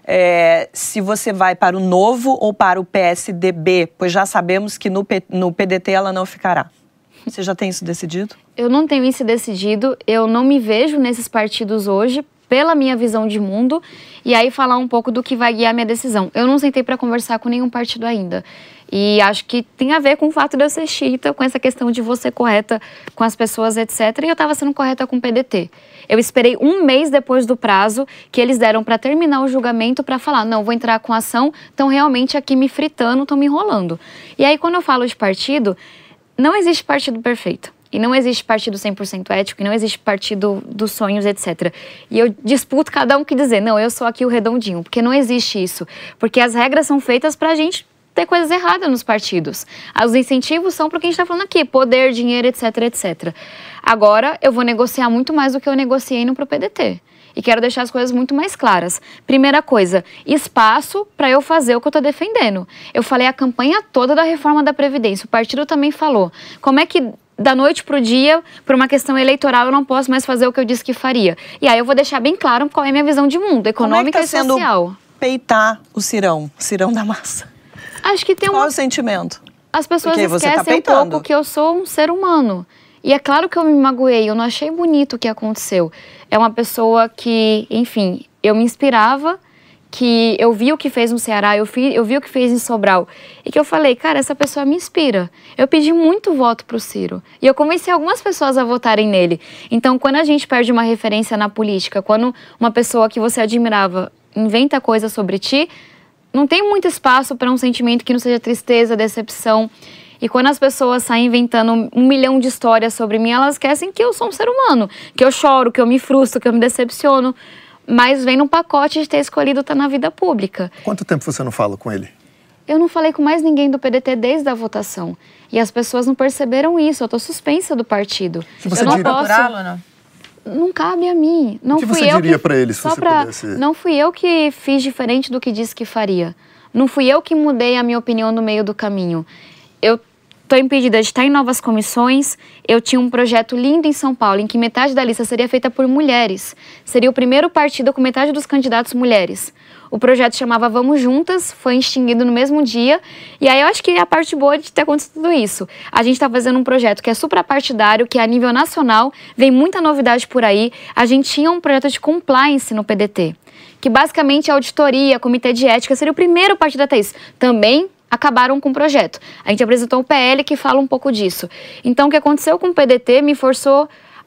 é, se você vai para o Novo ou para o P S D B, pois já sabemos que no, P, no P D T ela não ficará. Você já tem isso decidido? Eu não tenho isso decidido, eu não me vejo nesses partidos hoje, pela minha visão de mundo, e aí falar um pouco do que vai guiar a minha decisão. Eu não sentei para conversar com nenhum partido ainda. E acho que tem a ver com o fato de eu ser xiita, com essa questão de você correta com as pessoas, etcétera. E eu estava sendo correta com o P D T. Eu esperei um mês depois do prazo que eles deram para terminar o julgamento para falar, não, vou entrar com ação, estão realmente aqui me fritando, estão me enrolando. E aí, quando eu falo de partido, não existe partido perfeito. E não existe partido cem por cento ético, e não existe partido dos sonhos, etcétera. E eu disputo cada um que dizer, não, eu sou aqui o redondinho, porque não existe isso. Porque as regras são feitas para a gente ter coisas erradas nos partidos. Os incentivos são para o que a gente está falando aqui, poder, dinheiro, etc, etcétera. Agora, eu vou negociar muito mais do que eu negociei indo para o P D T. E quero deixar as coisas muito mais claras. Primeira coisa, espaço para eu fazer o que eu estou defendendo. Eu falei a campanha toda da reforma da Previdência, o partido também falou. Como é que da noite para o dia, por uma questão eleitoral, eu não posso mais fazer o que eu disse que faria? E aí eu vou deixar bem claro qual é a minha visão de mundo, econômica Como é que tá e social. Sendo peitar o Cirão, Cirão da Massa? Acho que tem Qual uma... é o sentimento? As pessoas Porque você esquecem tá um pouco que eu sou um ser humano. E é claro que eu me magoei, eu não achei bonito o que aconteceu. É uma pessoa que, enfim, eu me inspirava, que eu vi o que fez no Ceará, eu, fi, eu vi o que fez em Sobral. E que eu falei, cara, essa pessoa me inspira. Eu pedi muito voto pro Ciro. E eu convenci algumas pessoas a votarem nele. Então, quando a gente perde uma referência na política, quando uma pessoa que você admirava inventa coisa sobre ti, não tem muito espaço para um sentimento que não seja tristeza, decepção. E quando as pessoas saem inventando um milhão de histórias sobre mim, elas esquecem que eu sou um ser humano, que eu choro, que eu me frustro, que eu me decepciono. Mas vem num pacote de ter escolhido estar na vida pública. Quanto tempo você não fala com ele? Eu não falei com mais ninguém do P D T desde a votação. E as pessoas não perceberam isso. Eu estou suspensa do partido. Se você eu não diria... posso... procurá-lo, não? Não cabe a mim. Não o que fui você eu diria que... para ele se Só você pra... pudesse? Não fui eu que fiz diferente do que disse que faria. Não fui eu que mudei a minha opinião no meio do caminho. Eu estou impedida de estar em novas comissões. Eu tinha um projeto lindo em São Paulo, em que metade da lista seria feita por mulheres. Seria o primeiro partido com metade dos candidatos mulheres. O projeto chamava Vamos Juntas, foi extinguido no mesmo dia. E aí eu acho que é a parte boa de ter acontecido tudo isso. A gente está fazendo um projeto que é suprapartidário, que é a nível nacional, vem muita novidade por aí. A gente tinha um projeto de compliance no P D T, que basicamente a auditoria, comitê de ética, seria o primeiro partido a ter isso. Também acabaram com o projeto. A gente apresentou um P L que fala um pouco disso. Então, o que aconteceu com o P D T me forçou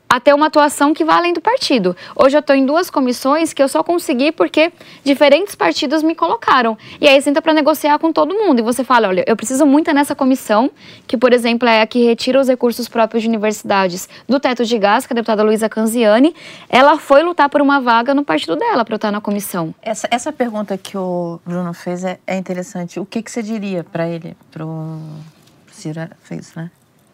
a ter uma atuação que vá além do partido. Hoje eu estou em duas comissões que eu só consegui porque diferentes partidos me colocaram. E aí você entra para negociar com todo mundo. E você fala, olha, eu preciso muito nessa comissão, que, por exemplo, é a que retira os recursos próprios de universidades do teto de gás, que é a deputada Luísa Canziani. Ela foi lutar por uma vaga no partido dela para eu estar na comissão. Essa, essa pergunta que o Bruno fez é, é interessante. O que, que você diria para ele, para o Ciro fez, né?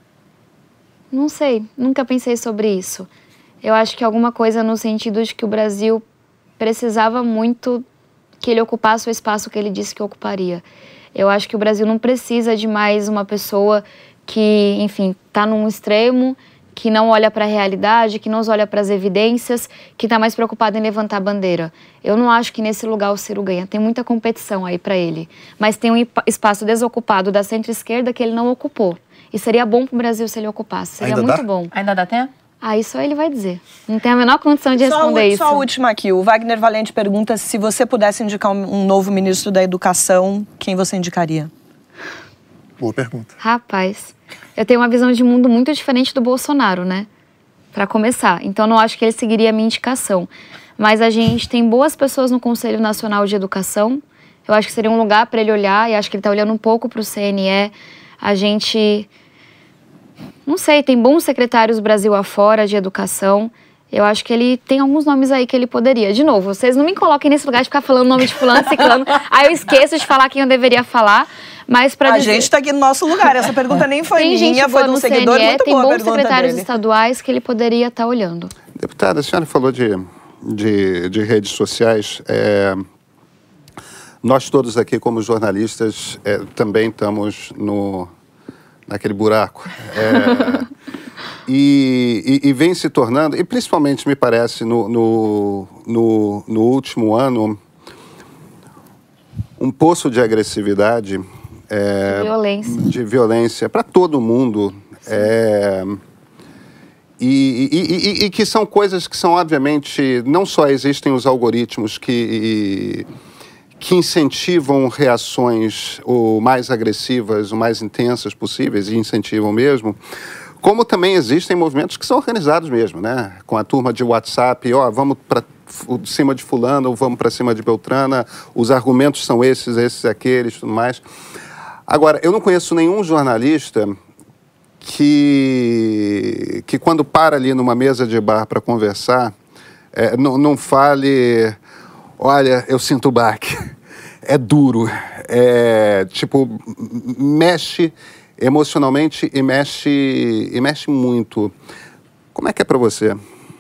Não sei, nunca pensei sobre isso. Eu acho que alguma coisa no sentido de que o Brasil precisava muito que ele ocupasse o espaço que ele disse que ocuparia. Eu acho que o Brasil não precisa de mais uma pessoa que, enfim, está num extremo, que não olha para a realidade, que não olha para as evidências, que está mais preocupado em levantar a bandeira. Eu não acho que nesse lugar o Ciro ganha. Tem muita competição aí para ele. Mas tem um espaço desocupado da centro-esquerda que ele não ocupou. E seria bom para o Brasil se ele ocupasse. Seria Ainda muito dá? bom. Ainda dá tempo? Ah, isso aí ele vai dizer. Não tem a menor condição de Só, responder a- isso. só a última aqui. O Wagner Valente pergunta se você pudesse indicar um, um novo ministro da Educação, quem você indicaria? Boa pergunta. Rapaz, eu tenho uma visão de mundo muito diferente do Bolsonaro, né? Para começar. Então, não acho que ele seguiria a minha indicação. Mas a gente tem boas pessoas no Conselho Nacional de Educação. Eu acho que seria um lugar para ele olhar, e acho que ele está olhando um pouco para o C N E. A gente... Não sei, tem bons secretários Brasil afora de educação. Eu acho que ele tem alguns nomes aí que ele poderia. De novo, vocês não me coloquem nesse lugar de ficar falando o nome de fulano, ciclano. Aí eu esqueço de falar quem eu deveria falar. Mas para A dizer... gente está aqui no nosso lugar. Essa pergunta nem foi tem gente minha, foi de um no seguidor. C N E, Muito tem boa a bons pergunta secretários dele. estaduais que ele poderia estar olhando. Deputada, a senhora falou de, de, de redes sociais. É, nós todos aqui, como jornalistas, é, também estamos no, naquele buraco. É, e, e, e vem se tornando, e principalmente, me parece, no, no, no, no último ano, um poço de agressividade, é, De violência. de violência para todo mundo. É, e, e, e, e que são coisas que são, obviamente, não só existem os algoritmos que, que incentivam reações o mais agressivas, o mais intensas possíveis, e incentivam mesmo, como também existem movimentos que são organizados mesmo, né? Com a turma de WhatsApp, ó, vamos para cima de fulano, ou vamos para cima de Beltrana, os argumentos são esses, esses, aqueles, tudo mais. Agora, eu não conheço nenhum jornalista que, que quando para ali numa mesa de bar para conversar, é, não, não fale, olha, eu sinto baque, é duro, é, tipo, mexe emocionalmente e mexe, e mexe muito. Como é que é para você?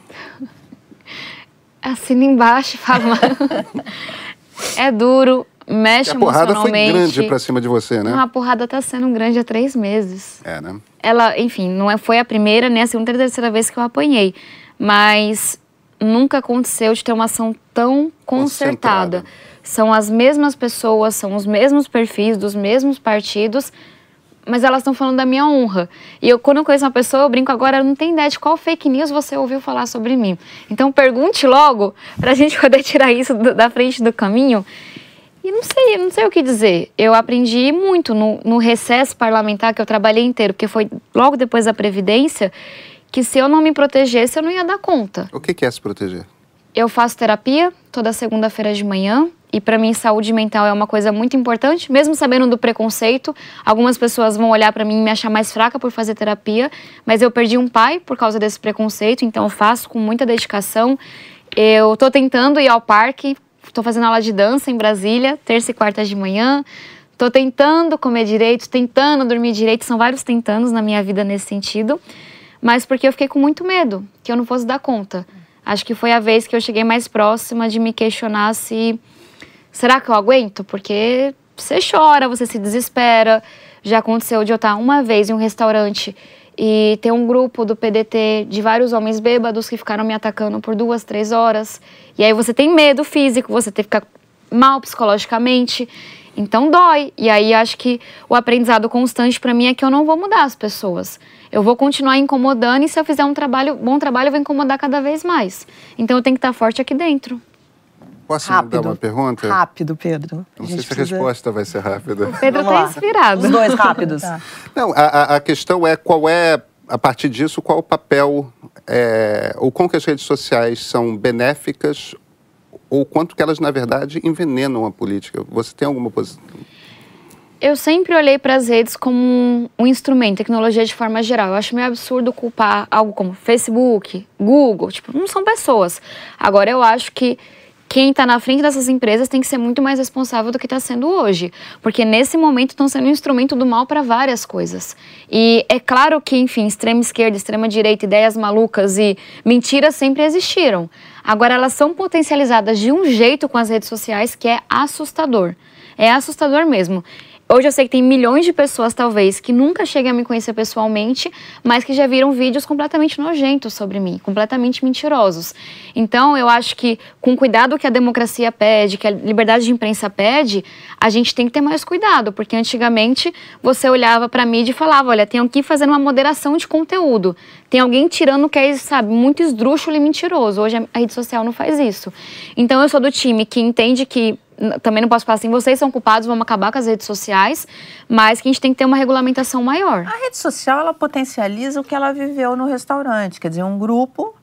Assina embaixo e fala... É duro, mexe E a porrada foi emocionalmente. grande pra cima de você, né? Não, a porrada tá sendo grande há três meses. É, né? Ela, enfim, não é, foi a primeira, nem a segunda, nem a terceira vez que eu apanhei. Mas nunca aconteceu de ter uma ação tão concertada. Concentrada. São as mesmas pessoas, são os mesmos perfis dos mesmos partidos, mas elas estão falando da minha honra. E eu, quando eu conheço uma pessoa, eu brinco agora, eu não tenho ideia de qual fake news você ouviu falar sobre mim. Então pergunte logo, pra gente poder tirar isso do, da frente do caminho. E não sei, não sei o que dizer. Eu aprendi muito no, no recesso parlamentar, que eu trabalhei inteiro, porque foi logo depois da Previdência, que se eu não me protegesse, eu não ia dar conta. O que é se proteger? Eu faço terapia toda segunda-feira de manhã. E para mim, saúde mental é uma coisa muito importante, mesmo sabendo do preconceito. Algumas pessoas vão olhar para mim e me achar mais fraca por fazer terapia, mas eu perdi um pai por causa desse preconceito, então eu faço com muita dedicação. Eu tô tentando ir ao parque, tô fazendo aula de dança em Brasília, terça e quarta de manhã. Tô tentando comer direito, tentando dormir direito, são vários tentanos na minha vida nesse sentido, mas porque eu fiquei com muito medo, que eu não fosse dar conta. Acho que foi a vez que eu cheguei mais próxima de me questionar se... Será que eu aguento? Porque você chora, você se desespera. Já aconteceu de eu estar uma vez em um restaurante e ter um grupo do P D T de vários homens bêbados que ficaram me atacando por duas, três horas. E aí você tem medo físico, você tem que ficar mal psicologicamente. Então dói. E aí acho que o aprendizado constante para mim é que eu não vou mudar as pessoas. Eu vou continuar incomodando e se eu fizer um trabalho, bom trabalho, eu vou incomodar cada vez mais. Então eu tenho que estar forte aqui dentro. Posso Rápido. dar uma pergunta? Rápido, Pedro. Não A sei gente se a precisa- resposta vai ser rápida. Pedro Vamos tá lá. inspirado. Os dois rápidos. Tá. Não, a, a- a questão é qual é a partir disso, qual o papel, é, ou como que as redes sociais são benéficas, ou quanto que elas, na verdade, envenenam a política? Você tem alguma posição? Eu sempre olhei para as redes como um, um instrumento, tecnologia de forma geral. Eu acho meio absurdo culpar algo como Facebook, Google, tipo, não são pessoas. Agora, eu acho que quem está na frente dessas empresas tem que ser muito mais responsável do que está sendo hoje. Porque nesse momento estão sendo um instrumento do mal para várias coisas. E é claro que, enfim, extrema esquerda, extrema direita, ideias malucas e mentiras sempre existiram. Agora elas são potencializadas de um jeito com as redes sociais que é assustador. É assustador mesmo. Hoje eu sei que tem milhões de pessoas, talvez, que nunca cheguem a me conhecer pessoalmente, mas que já viram vídeos completamente nojentos sobre mim, completamente mentirosos. Então, eu acho que, com o cuidado que a democracia pede, que a liberdade de imprensa pede, a gente tem que ter mais cuidado, porque antigamente você olhava para a mídia e falava, olha, tem alguém fazendo uma moderação de conteúdo, tem alguém tirando o que é, sabe, muito esdrúxulo e mentiroso. Hoje a rede social não faz isso. Então, eu sou do time que entende que também não posso falar assim, vocês são culpados, vamos acabar com as redes sociais, mas que a gente tem que ter uma regulamentação maior. A rede social, ela potencializa o que ela viveu no restaurante, quer dizer, um grupo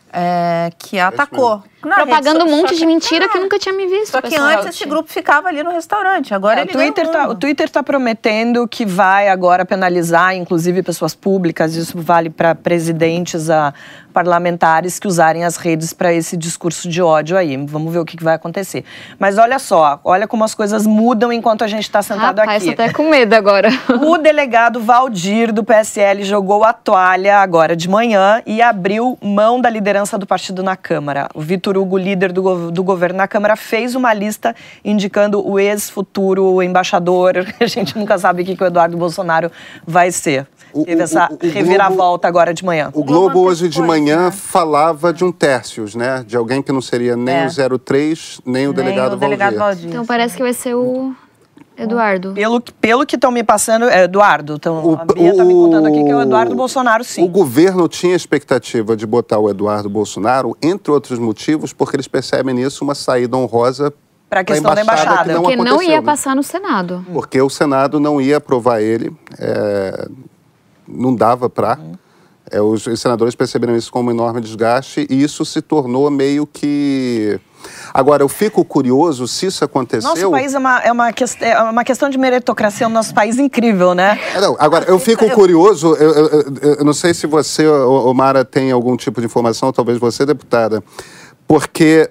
é, que a atacou. Propagando um monte que, de mentira é, que nunca tinha me visto. Só que antes esse grupo ficava ali no restaurante, agora é, ele o Twitter tá, o Twitter está prometendo que vai agora penalizar, inclusive, pessoas públicas, isso vale para presidentes, a parlamentares que usarem as redes para esse discurso de ódio aí. Vamos ver o que, que vai acontecer. Mas olha só, olha como as coisas mudam enquanto a gente está sentado Rapaz, aqui. Rapaz, tô até com medo agora. O delegado Valdir, do P S L, jogou a toalha agora de manhã e abriu mão da liderança do partido na Câmara. O Vitor Hugo, líder do, do governo na Câmara, fez uma lista indicando o ex-futuro embaixador. A gente nunca sabe o que, que o Eduardo Bolsonaro vai ser. O, Teve essa o, o, o reviravolta Globo, agora de manhã. O Globo hoje de manhã né? falava de um Tércios, né? De alguém que não seria nem É. o zero três, nem o nem delegado, o delegado Valdir. Valdir. Então parece que vai ser o Eduardo. Pelo, pelo que estão me passando, é Eduardo. Então, O- a Bia está me o- contando aqui que é o Eduardo Bolsonaro, sim. O governo tinha expectativa de botar o Eduardo Bolsonaro, entre outros motivos, porque eles percebem nisso uma saída honrosa Para a questão da embaixada. que não Porque não aconteceu, ia né? passar no Senado. Porque o Senado não ia aprovar ele, é, não dava para. É, os, os senadores perceberam isso como um enorme desgaste e isso se tornou meio que... Agora, eu fico curioso se isso aconteceu... Nosso país é uma, é, uma quest... é uma questão de meritocracia, o nosso país incrível, né? É, não, agora, eu fico curioso, eu, eu, eu, eu não sei se você, Omara, tem algum tipo de informação, talvez você, deputada, porque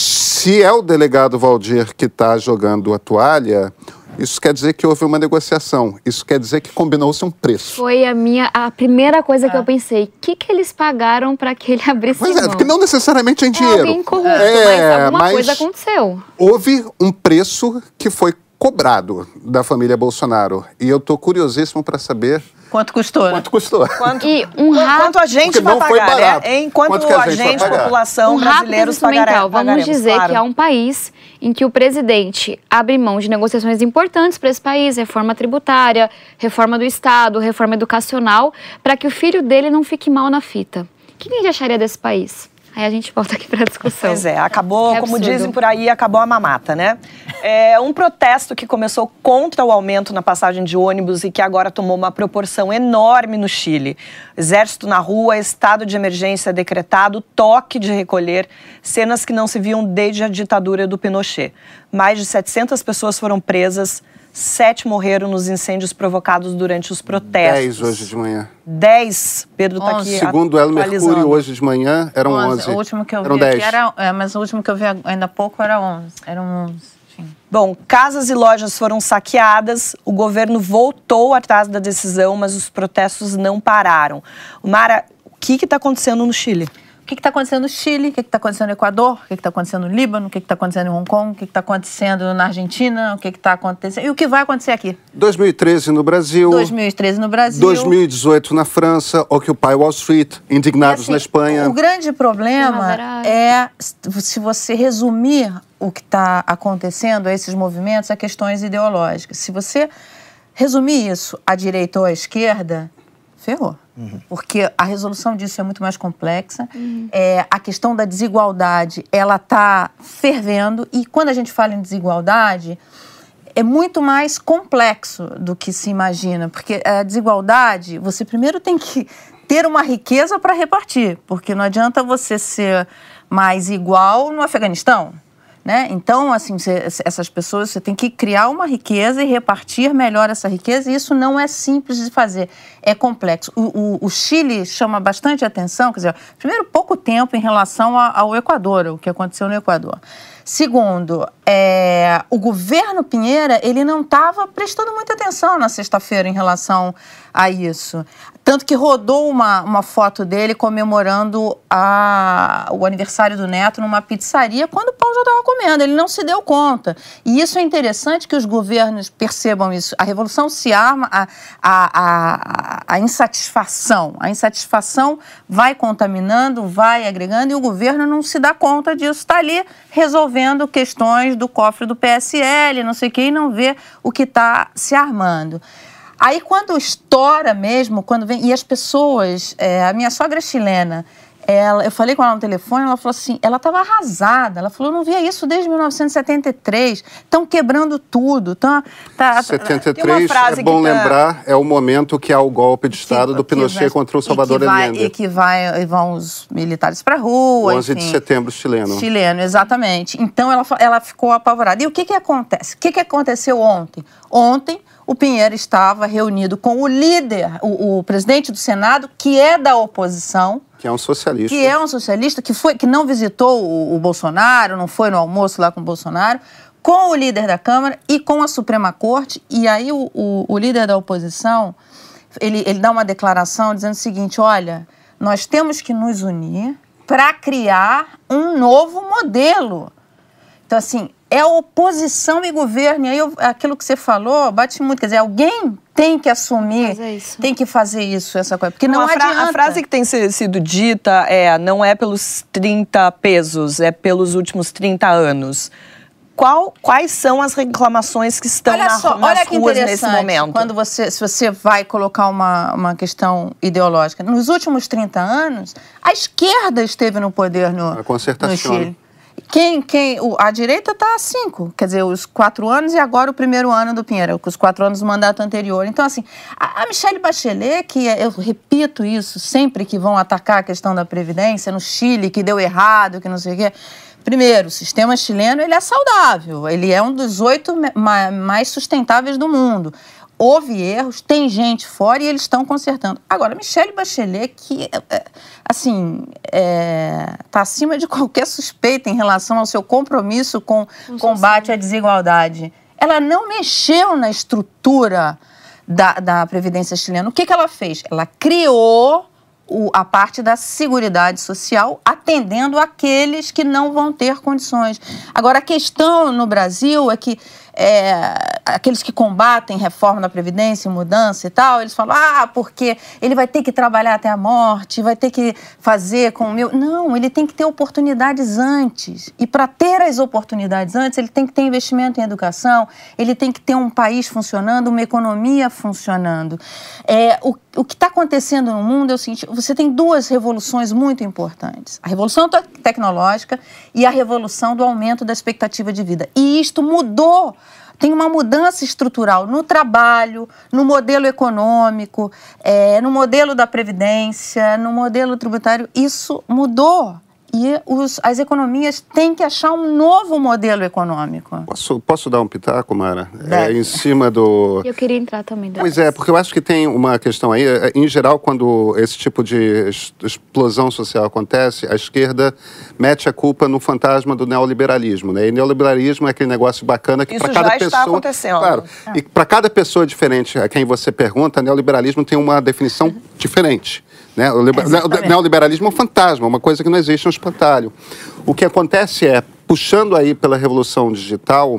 se é o delegado Valdir que está jogando a toalha, isso quer dizer que houve uma negociação, isso quer dizer que combinou-se um preço. Foi a minha a primeira coisa que eu pensei. O que, que eles pagaram para que ele abrisse Pois mão? é, porque não necessariamente em É dinheiro. alguém corrupto, É, mas alguma mas coisa aconteceu. houve um preço que foi cobrado da família Bolsonaro. E eu estou curiosíssimo para saber Quanto custou? quanto custou. Quanto, E um quanto, quanto a gente Porque vai não foi pagar, barato. né? Enquanto Quanto que a a gente vai gente, pagar? população, Um rápido brasileiros instrumental. pagaremos. Vamos pagaremos, dizer claro. que há um país em que o presidente abre mão de negociações importantes para esse país, reforma tributária, reforma do Estado, reforma educacional, para que o filho dele não fique mal na fita. O que a gente acharia desse país? Aí a gente volta aqui para a discussão. Pois é, acabou, É como absurdo. dizem por aí, acabou a mamata, né? É um protesto que começou contra o aumento na passagem de ônibus e que agora tomou uma proporção enorme no Chile. Exército na rua, estado de emergência decretado, toque de recolher, cenas que não se viam desde a ditadura do Pinochet. Mais de setecentas pessoas foram presas, sete morreram nos incêndios provocados durante os protestos. dez hoje de manhã. Dez, Pedro está aqui Segundo o Elo atualizando. Mercúrio, hoje de manhã eram onze. O último que eu eram vi aqui dez. era... É, mas o último que eu vi ainda há pouco era onze. Eram onze, enfim. Bom, casas e lojas foram saqueadas, o governo voltou atrás da decisão, mas os protestos não pararam. Mara, o que está acontecendo no Chile? O que está acontecendo no Chile? O que está acontecendo no Equador? O que está acontecendo no Líbano? O que está acontecendo em Hong Kong? O que está acontecendo na Argentina? O que está acontecendo... E o que vai acontecer aqui? dois mil e treze no Brasil. dois mil e treze no Brasil. dois mil e dezoito na França. Occupy Wall Street. Indignados E, assim, na Espanha. O grande problema Primavera é, se você resumir o que está acontecendo, esses movimentos, a questões ideológicas. Se você resumir isso à direita ou à esquerda, ferrou. Uhum. Porque a resolução disso é muito mais complexa. Uhum. É, a questão da desigualdade, ela está fervendo. E quando a gente fala em desigualdade, é muito mais complexo do que se imagina. Porque a desigualdade, você primeiro tem que ter uma riqueza para repartir, porque não adianta você ser mais igual no Afeganistão, né? Então, assim, você, essas pessoas, você tem que criar uma riqueza e repartir melhor essa riqueza, e isso não é simples de fazer, é complexo. O, o, o Chile chama bastante atenção, quer dizer, primeiro, pouco tempo em relação a, ao Equador, o que aconteceu no Equador. Segundo, é, o governo Piñera, ele não estava prestando muita atenção na sexta-feira em relação a isso. Tanto que rodou uma, uma foto dele comemorando a, o aniversário do neto numa pizzaria quando o pau já estava comendo. Ele não se deu conta. E isso é interessante que os governos percebam isso. A revolução se arma, a, a, a, a insatisfação. A insatisfação vai contaminando, vai agregando, e o governo não se dá conta disso. Está ali resolvendo questões do cofre do P S L, não sei o que, e não vê o que está se armando. Aí, quando estoura mesmo, quando vem... E as pessoas... É, a minha sogra chilena, ela, eu falei com ela no telefone, ela falou assim, ela estava arrasada. Ela falou, eu não via isso desde mil novecentos e setenta e três. Estão quebrando tudo. Tão, tá, setenta e três, é bom tá... lembrar, é o momento que há o golpe de Estado que, do Pinochet vai, contra o Salvador Allende. E que vai, e vão os militares para a rua. onze de setembro chileno. Chileno, exatamente. Então, ela, ela ficou apavorada. E o que, que acontece? O que, que aconteceu ontem? Ontem, o Piñera estava reunido com o líder, o, o presidente do Senado, que é da oposição. Que é um socialista. Que é um socialista, que, foi, que não visitou o, o Bolsonaro, não foi no almoço lá com o Bolsonaro, com o líder da Câmara e com a Suprema Corte. E aí o, o, o líder da oposição, ele, ele dá uma declaração dizendo o seguinte, olha, nós temos que nos unir para criar um novo modelo. Então, assim, é oposição e governo. E aí, eu, aquilo que você falou, bate muito. Quer dizer, alguém tem que assumir, tem que fazer isso, essa coisa. Porque não, não a adianta. A frase que tem sido dita é, não é pelos trinta pesos, é pelos últimos trinta anos. Qual, quais são as reclamações que estão olha na, só, nas olha que ruas nesse momento? Quando você, se você vai colocar uma, uma questão ideológica. Nos últimos trinta anos, a esquerda esteve no poder no, a concertação. no Chile. Quem, quem, o, a direita está há cinco, quer dizer, os quatro anos e agora o primeiro ano do Piñera, os quatro anos do mandato anterior. Então, assim, a, a Michelle Bachelet, que é, eu repito isso sempre que vão atacar a questão da Previdência, no Chile, que deu errado, que não sei o quê. Primeiro, o sistema chileno, ele é saudável, ele é um dos oito ma, mais sustentáveis do mundo. Houve erros, tem gente fora e eles estão consertando. Agora, Michelle Bachelet, que, assim, está é, acima de qualquer suspeita em relação ao seu compromisso com o combate à desigualdade. Ela não mexeu na estrutura da, da Previdência chilena. O que, que ela fez? Ela criou o, a parte da Seguridade Social, atendendo aqueles que não vão ter condições. Agora, a questão no Brasil é que É, aqueles que combatem reforma da Previdência, mudança e tal, eles falam, ah, porque ele vai ter que trabalhar até a morte, vai ter que fazer com o meu... Não, ele tem que ter oportunidades antes. E para ter as oportunidades antes, ele tem que ter investimento em educação, ele tem que ter um país funcionando, uma economia funcionando. É, o, o que está acontecendo no mundo é o seguinte, você tem duas revoluções muito importantes. A revolução tecnológica e a revolução do aumento da expectativa de vida. E isto mudou. Tem uma mudança estrutural no trabalho, no modelo econômico, é, no modelo da Previdência, no modelo tributário. Isso mudou. E os, as economias têm que achar um novo modelo econômico. Posso, posso dar um pitaco, Mara? É, em cima do... Eu queria entrar também. Pois é, porque eu acho que tem uma questão aí. Em geral, quando esse tipo de explosão social acontece, a esquerda mete a culpa no fantasma do neoliberalismo, né? E neoliberalismo é aquele negócio bacana que para cada já pessoa... está acontecendo. Claro. Ah. E para cada pessoa diferente a quem você pergunta, neoliberalismo tem uma definição uhum. diferente. Né? O liber... neoliberalismo é um fantasma, uma coisa que não existe, um espantalho. O que acontece é, puxando aí pela revolução digital,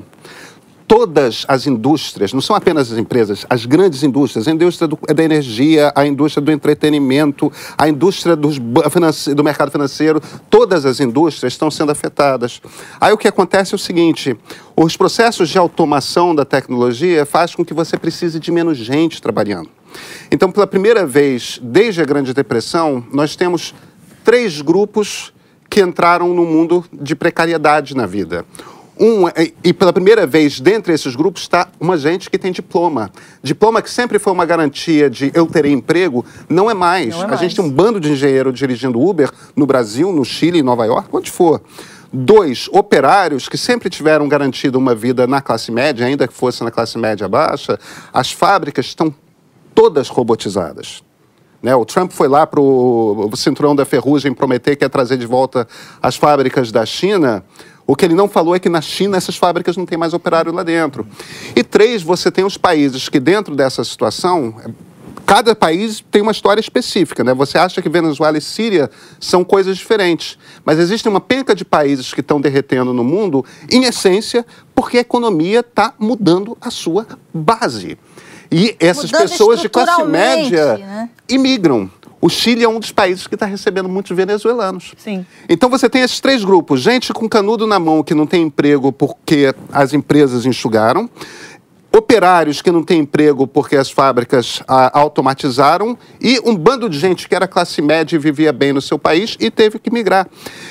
todas as indústrias, não são apenas as empresas, as grandes indústrias, a indústria do, da energia, a indústria do entretenimento, a indústria dos, do mercado financeiro, todas as indústrias estão sendo afetadas. Aí o que acontece é o seguinte, os processos de automação da tecnologia faz com que você precise de menos gente trabalhando. Então, pela primeira vez, desde a Grande Depressão, nós temos três grupos que entraram no mundo de precariedade na vida. Um, e pela primeira vez, dentre esses grupos, está uma gente que tem diploma. Diploma que sempre foi uma garantia de eu terei emprego, não é mais. Não é a mais. gente tem um bando de engenheiro dirigindo Uber no Brasil, no Chile, em Nova York, onde for. Dois, operários que sempre tiveram garantido uma vida na classe média, ainda que fosse na classe média baixa. As fábricas estão todas robotizadas. Né? O Trump foi lá para o cinturão da ferrugem prometer que ia trazer de volta as fábricas da China. O que ele não falou é que na China essas fábricas não têm mais operário lá dentro. E três, você tem os países que dentro dessa situação, cada país tem uma história específica, né? Você acha que Venezuela e Síria são coisas diferentes, mas existe uma penca de países que estão derretendo no mundo, em essência, porque a economia está mudando a sua base. E essas Mudando pessoas de classe estruturalmente, média né? imigram. O Chile é um dos países que está recebendo muitos venezuelanos. Sim. Então você tem esses três grupos. Gente com canudo na mão que não tem emprego porque as empresas enxugaram. Operários que não têm emprego porque as fábricas ah, automatizaram. E um bando de gente que era classe média e vivia bem no seu país e teve que migrar.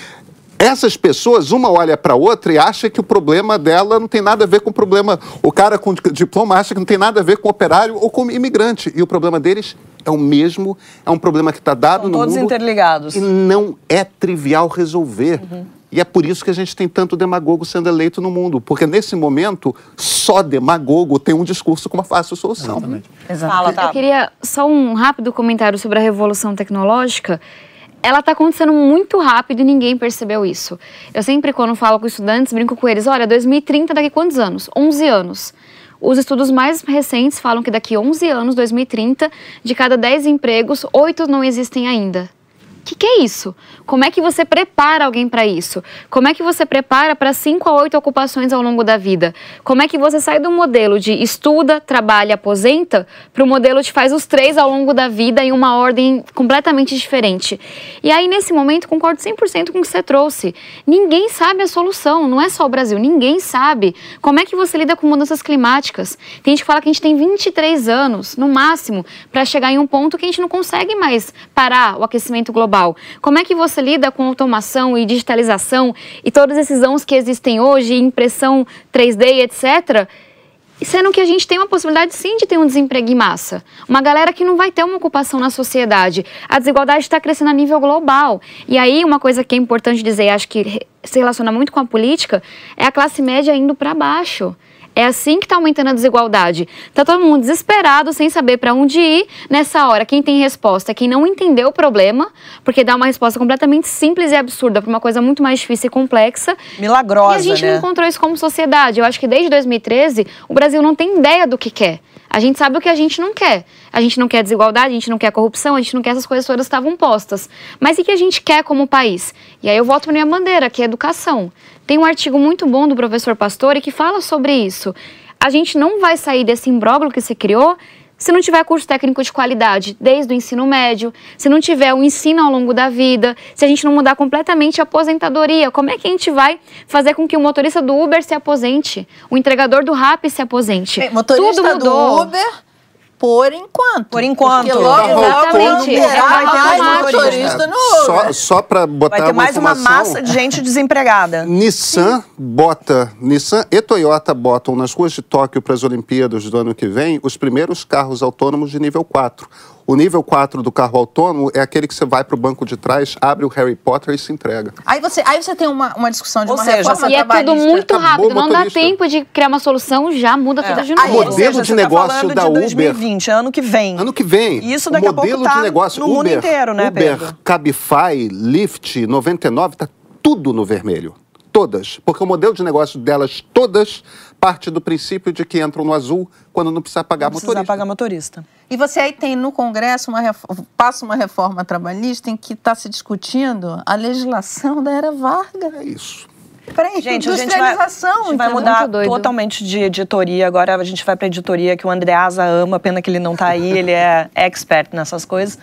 Essas pessoas, uma olha para a outra e acha que o problema dela não tem nada a ver com o problema... O cara com diploma acha que não tem nada a ver com o operário ou com o imigrante. E o problema deles é o mesmo, é um problema que está dado São no todos mundo interligados. e não é trivial resolver. Uhum. E é por isso que a gente tem tanto demagogo sendo eleito no mundo. Porque, nesse momento, só demagogo tem um discurso com uma fácil solução. Exatamente. Fala, tá. Eu queria só um rápido comentário sobre a revolução tecnológica. Ela está acontecendo muito rápido e ninguém percebeu isso. Eu sempre, quando falo com estudantes, brinco com eles, olha, dois mil e trinta daqui quantos anos? onze anos. Os estudos mais recentes falam que daqui onze anos, dois mil e trinta, de cada dez empregos, oito não existem ainda. O que, que é isso? Como é que você prepara alguém para isso? Como é que você prepara para cinco a oito ocupações ao longo da vida? Como é que você sai do modelo de estuda, trabalha, aposenta, para o modelo de faz os três ao longo da vida em uma ordem completamente diferente? E aí, nesse momento, concordo cem por cento com o que você trouxe. Ninguém sabe a solução, não é só o Brasil, ninguém sabe. Como é que você lida com mudanças climáticas? Tem gente que fala que a gente tem vinte e três anos, no máximo, para chegar em um ponto que a gente não consegue mais parar o aquecimento global. Como é que você lida com automação e digitalização e todos esses dons que existem hoje, impressão três D, etcétera, sendo que a gente tem uma possibilidade, sim, de ter um desemprego em massa. Uma galera que não vai ter uma ocupação na sociedade. A desigualdade está crescendo a nível global. E aí, uma coisa que é importante dizer, acho que se relaciona muito com a política, é a classe média indo para baixo. É assim que está aumentando a desigualdade. Está todo mundo desesperado, sem saber para onde ir. Nessa hora, quem tem resposta é quem não entendeu o problema, porque dá uma resposta completamente simples e absurda para uma coisa muito mais difícil e complexa. Milagrosa, E a gente né? não encontrou isso como sociedade. Eu acho que desde dois mil e treze, o Brasil não tem ideia do que quer. A gente sabe o que a gente não quer. A gente não quer desigualdade, a gente não quer corrupção, a gente não quer essas coisas todas que estavam postas. Mas o que a gente quer como país? E aí eu volto para minha bandeira, que é educação. Tem um artigo muito bom do professor Pastore que fala sobre isso. A gente não vai sair desse imbróglio que se criou se não tiver curso técnico de qualidade desde o ensino médio, se não tiver o ensino ao longo da vida, se a gente não mudar completamente a aposentadoria. Como é que a gente vai fazer com que o motorista do Uber se aposente, o entregador do Rappi se aposente? É, motorista Tudo mudou. do Uber, por enquanto. Por enquanto. Porque logo Exatamente. vai É, vai ter mais mais motorista. motorista no Uber. Só, só para botar Vai ter uma mais uma informação, massa de gente desempregada. Nissan bota, Nissan e Toyota botam nas ruas de Tóquio para as Olimpíadas do ano que vem os primeiros carros autônomos de nível quatro. O nível quatro do carro autônomo é aquele que você vai para o banco de trás, abre o Harry Potter e se entrega. Aí você, aí você tem uma, uma discussão de Ou uma seja, reforma E é tudo trabalhista. muito Acabou rápido, o não dá motorista. tempo de criar uma solução, já muda tudo de Aí, novo. O modelo Ou seja, de você negócio tá falando da de dois mil e Uber- vinte, ano que vem. Ano que vem, Isso daqui o a pouco modelo tá de negócio no mundo Uber, inteiro, né, Uber, Pedro? Cabify, Lyft, noventa e nove, está tudo no vermelho. Todas. Porque o modelo de negócio delas todas parte do princípio de que entram no azul quando não precisa pagar Não precisa motorista. pagar motorista. E você aí tem no Congresso, uma reforma, passa uma reforma trabalhista em que está se discutindo a legislação da era Vargas. É isso. Para Gente, a gente vai, a industrialização. gente vai entendeu? mudar Muito doido. totalmente de editoria. Agora a gente vai para editoria que o Andreasa ama, pena que ele não está aí, ele é expert nessas coisas.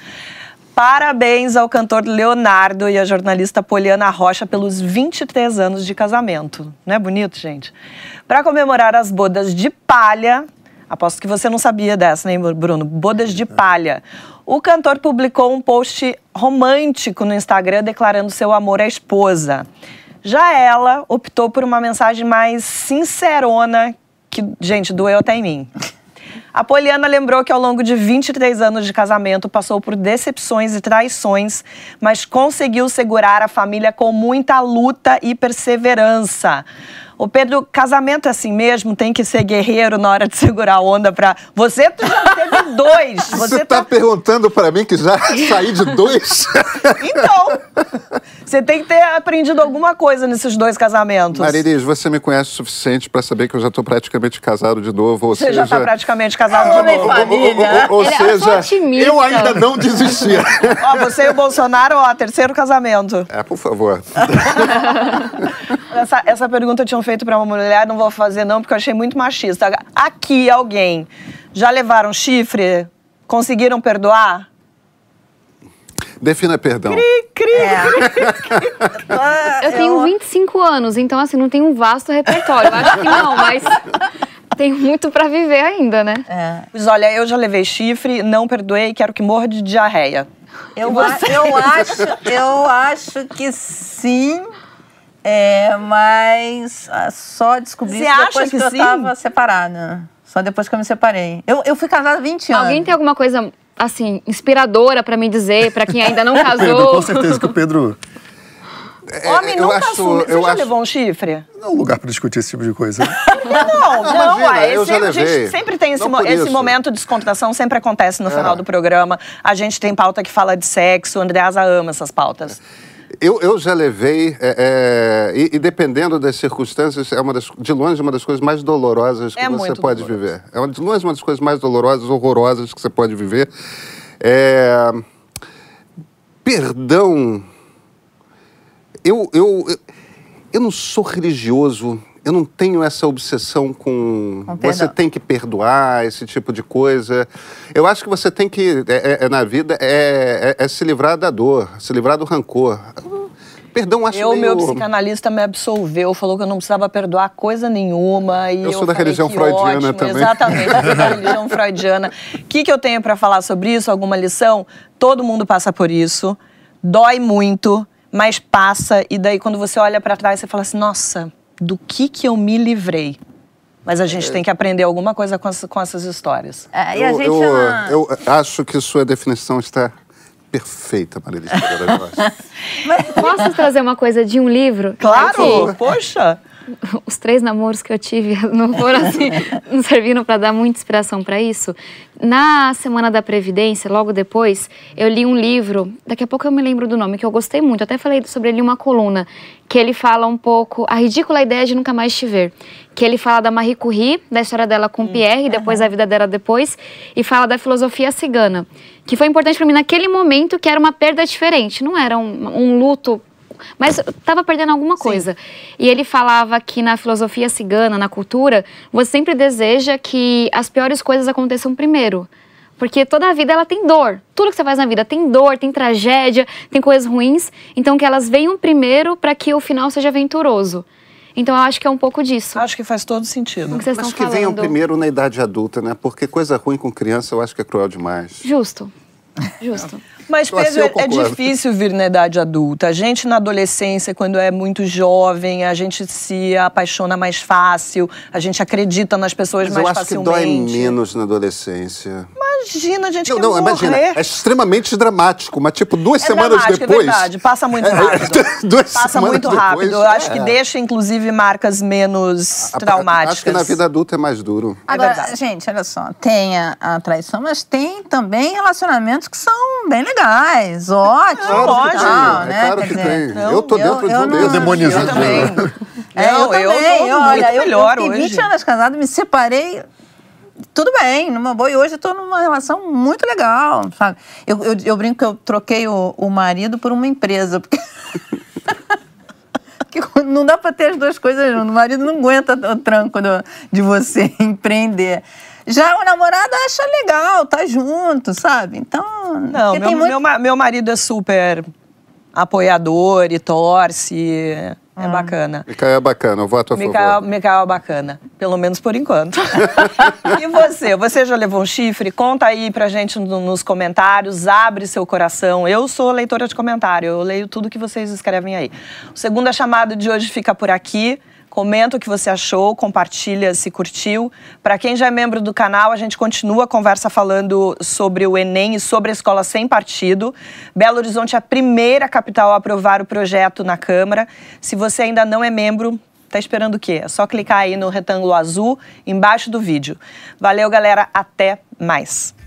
Parabéns ao cantor Leonardo e à jornalista Poliana Rocha pelos vinte e três anos de casamento. Não é bonito, gente? Para comemorar as bodas de palha, aposto que você não sabia dessa, né, Bruno? Bodas de palha. O cantor publicou um post romântico no Instagram declarando seu amor à esposa. Já ela optou por uma mensagem mais sincerona, que, gente, doeu até em mim. A Poliana lembrou que ao longo de vinte e três anos de casamento passou por decepções e traições, mas conseguiu segurar a família com muita luta e perseverança. Ô Pedro, casamento é assim mesmo? Tem que ser guerreiro na hora de segurar a onda pra... Você tu já teve dois. Você, Você tá, tá perguntando pra mim que já saí de dois? Então, você tem que ter aprendido alguma coisa nesses dois casamentos. Marilis, você me conhece o suficiente pra saber que eu já tô praticamente casado de novo. Ou Você seja, já tá praticamente casado É de homem novo. família. Ou, ou, ou Ele- eu sou seja, otimista. eu ainda não desisti. Ó, você e o Bolsonaro, ó, terceiro casamento. É, por favor. Essa, essa pergunta tinham feito pra uma mulher, não vou fazer não, porque eu achei muito machista. Aqui, alguém, já levaram chifre? Conseguiram perdoar? Defina perdão. Cri, cri. Eu tenho vinte e cinco anos, então assim, não tenho um vasto repertório. Eu acho que não, mas tenho muito pra viver ainda, né? É. Pois olha, eu já levei chifre, não perdoei, quero que morra de diarreia. Eu, a- eu, acho, eu acho que sim, é, mas ah, só descobri Você isso acha depois que que, eu sim? tava separada. Só depois que eu me separei. Eu, eu fui casada há vinte anos. Alguém tem alguma coisa, assim, inspiradora pra me dizer, pra quem ainda não Pedro, casou? com certeza que o Pedro Homem eu nunca acho- assume. Você eu já acho- levou um chifre? não é um lugar para discutir esse tipo de coisa. Não, não. Imagina, Ué, eu já sempre, a gente levei. sempre tem esse, Não mo- por esse isso. momento de descontração, sempre acontece no É. final do programa. A gente tem pauta que fala de sexo, a Andreasa ama essas pautas. Eu, eu já levei, é, é, e, e dependendo das circunstâncias, é uma das, de longe uma das coisas mais dolorosas que É você muito pode doloroso. viver. É uma, de longe uma das coisas mais dolorosas, horrorosas que você pode viver. É, perdão. Eu, eu, eu, eu não sou religioso, eu não tenho essa obsessão com, Com você perdão. tem que perdoar, esse tipo de coisa. Eu acho que você tem que, é, é, é, na vida, é, é, é se livrar da dor, se livrar do rancor. Perdão, acho Eu, meio... meu psicanalista me absolveu, falou que eu não precisava perdoar coisa nenhuma. E Eu eu sou da falei, religião que freudiana ótimo. também. Exatamente, eu sou da religião freudiana. O que, que eu tenho pra falar sobre isso? Alguma lição? Todo mundo passa por isso. Dói muito, mas passa. E daí, quando você olha pra trás, você fala assim, nossa, do que que eu me livrei? Mas a gente tem que aprender alguma coisa com, as, com essas histórias. É, e a Eu, gente eu, ama- eu acho que sua definição está perfeita, Marilis Pereira Jorge. Posso trazer uma coisa de um livro? Claro! Que Poxa! os três namoros que eu tive não foram assim, não serviram para dar muita inspiração para isso. Na Semana da Previdência, logo depois, eu li um livro, daqui a pouco eu me lembro do nome, que eu gostei muito, eu até falei sobre ele em uma coluna, que ele fala um pouco, a ridícula ideia de nunca mais te ver, que ele fala da Marie Curie, da história dela com Pierre, e depois a vida dela depois, e fala da filosofia cigana, que foi importante para mim naquele momento, que era uma perda diferente, não era um, um luto, mas estava perdendo alguma coisa. E ele falava que na filosofia cigana, na cultura, você sempre deseja que as piores coisas aconteçam primeiro. Porque toda a vida ela tem dor. Tudo que você faz na vida tem dor, tem tragédia, tem coisas ruins. Então que elas venham primeiro para que o final seja aventuroso. Então eu acho que é um pouco disso. Acho que faz todo sentido. O que vocês Mas estão que venham falando. primeiro na idade adulta, né? Porque coisa ruim com criança eu acho que é cruel demais. Justo. Justo. Mas, Assim Pedro, eu é concordo. difícil vir na idade adulta. A gente, na adolescência, quando é muito jovem, a gente se apaixona mais fácil, a gente acredita nas pessoas Mas eu mais acho que facilmente. dói menos na adolescência. Imagina, a gente Não, quer não, morrer. imagina, é extremamente dramático, mas tipo, duas É semanas dramático, depois... é verdade, passa muito rápido. duas Passa semanas muito depois, rápido. Eu acho que é. deixa, inclusive, marcas menos A- a- traumáticas. Acho que na vida adulta é mais duro. Agora, verdade. gente, olha só, tem a, a traição, mas tem também relacionamentos que são bem legais, ótimos, Claro que e tem, tal, é né? claro Quer que dizer, tem. não, eu tô eu- dentro de eu um não- desses. Demonizando. Eu também. É, eu Não, eu também. tô eu, muito olha, eu, melhor eu fiquei hoje. vinte anos casada, me separei, tudo bem, numa boa. E hoje eu tô numa relação muito legal, sabe? Eu, eu, eu brinco que eu troquei o, o marido por uma empresa, porque... porque não dá para ter as duas coisas juntas. O marido não aguenta o tranco do- de você empreender. Já o namorado acha legal, tá junto, sabe? Então... Não, porque meu, tem muito- meu, ma- meu marido é super apoiador e torce. É bacana. Micael é bacana, eu voto a Micael, favor. Micael é bacana, pelo menos por enquanto. E você? Você já levou um chifre? Conta aí pra gente no, nos comentários, abre seu coração. Eu sou leitora de comentário, eu leio tudo que vocês escrevem aí. O Segunda Chamada de hoje fica por aqui. Comenta o que você achou, compartilha se curtiu. Para quem já é membro do canal, a gente continua a conversa falando sobre o Enem e sobre a escola sem partido. Belo Horizonte é a primeira capital a aprovar o projeto na Câmara. Se você ainda não é membro, tá esperando o quê? É só clicar aí no retângulo azul embaixo do vídeo. Valeu, galera. Até mais.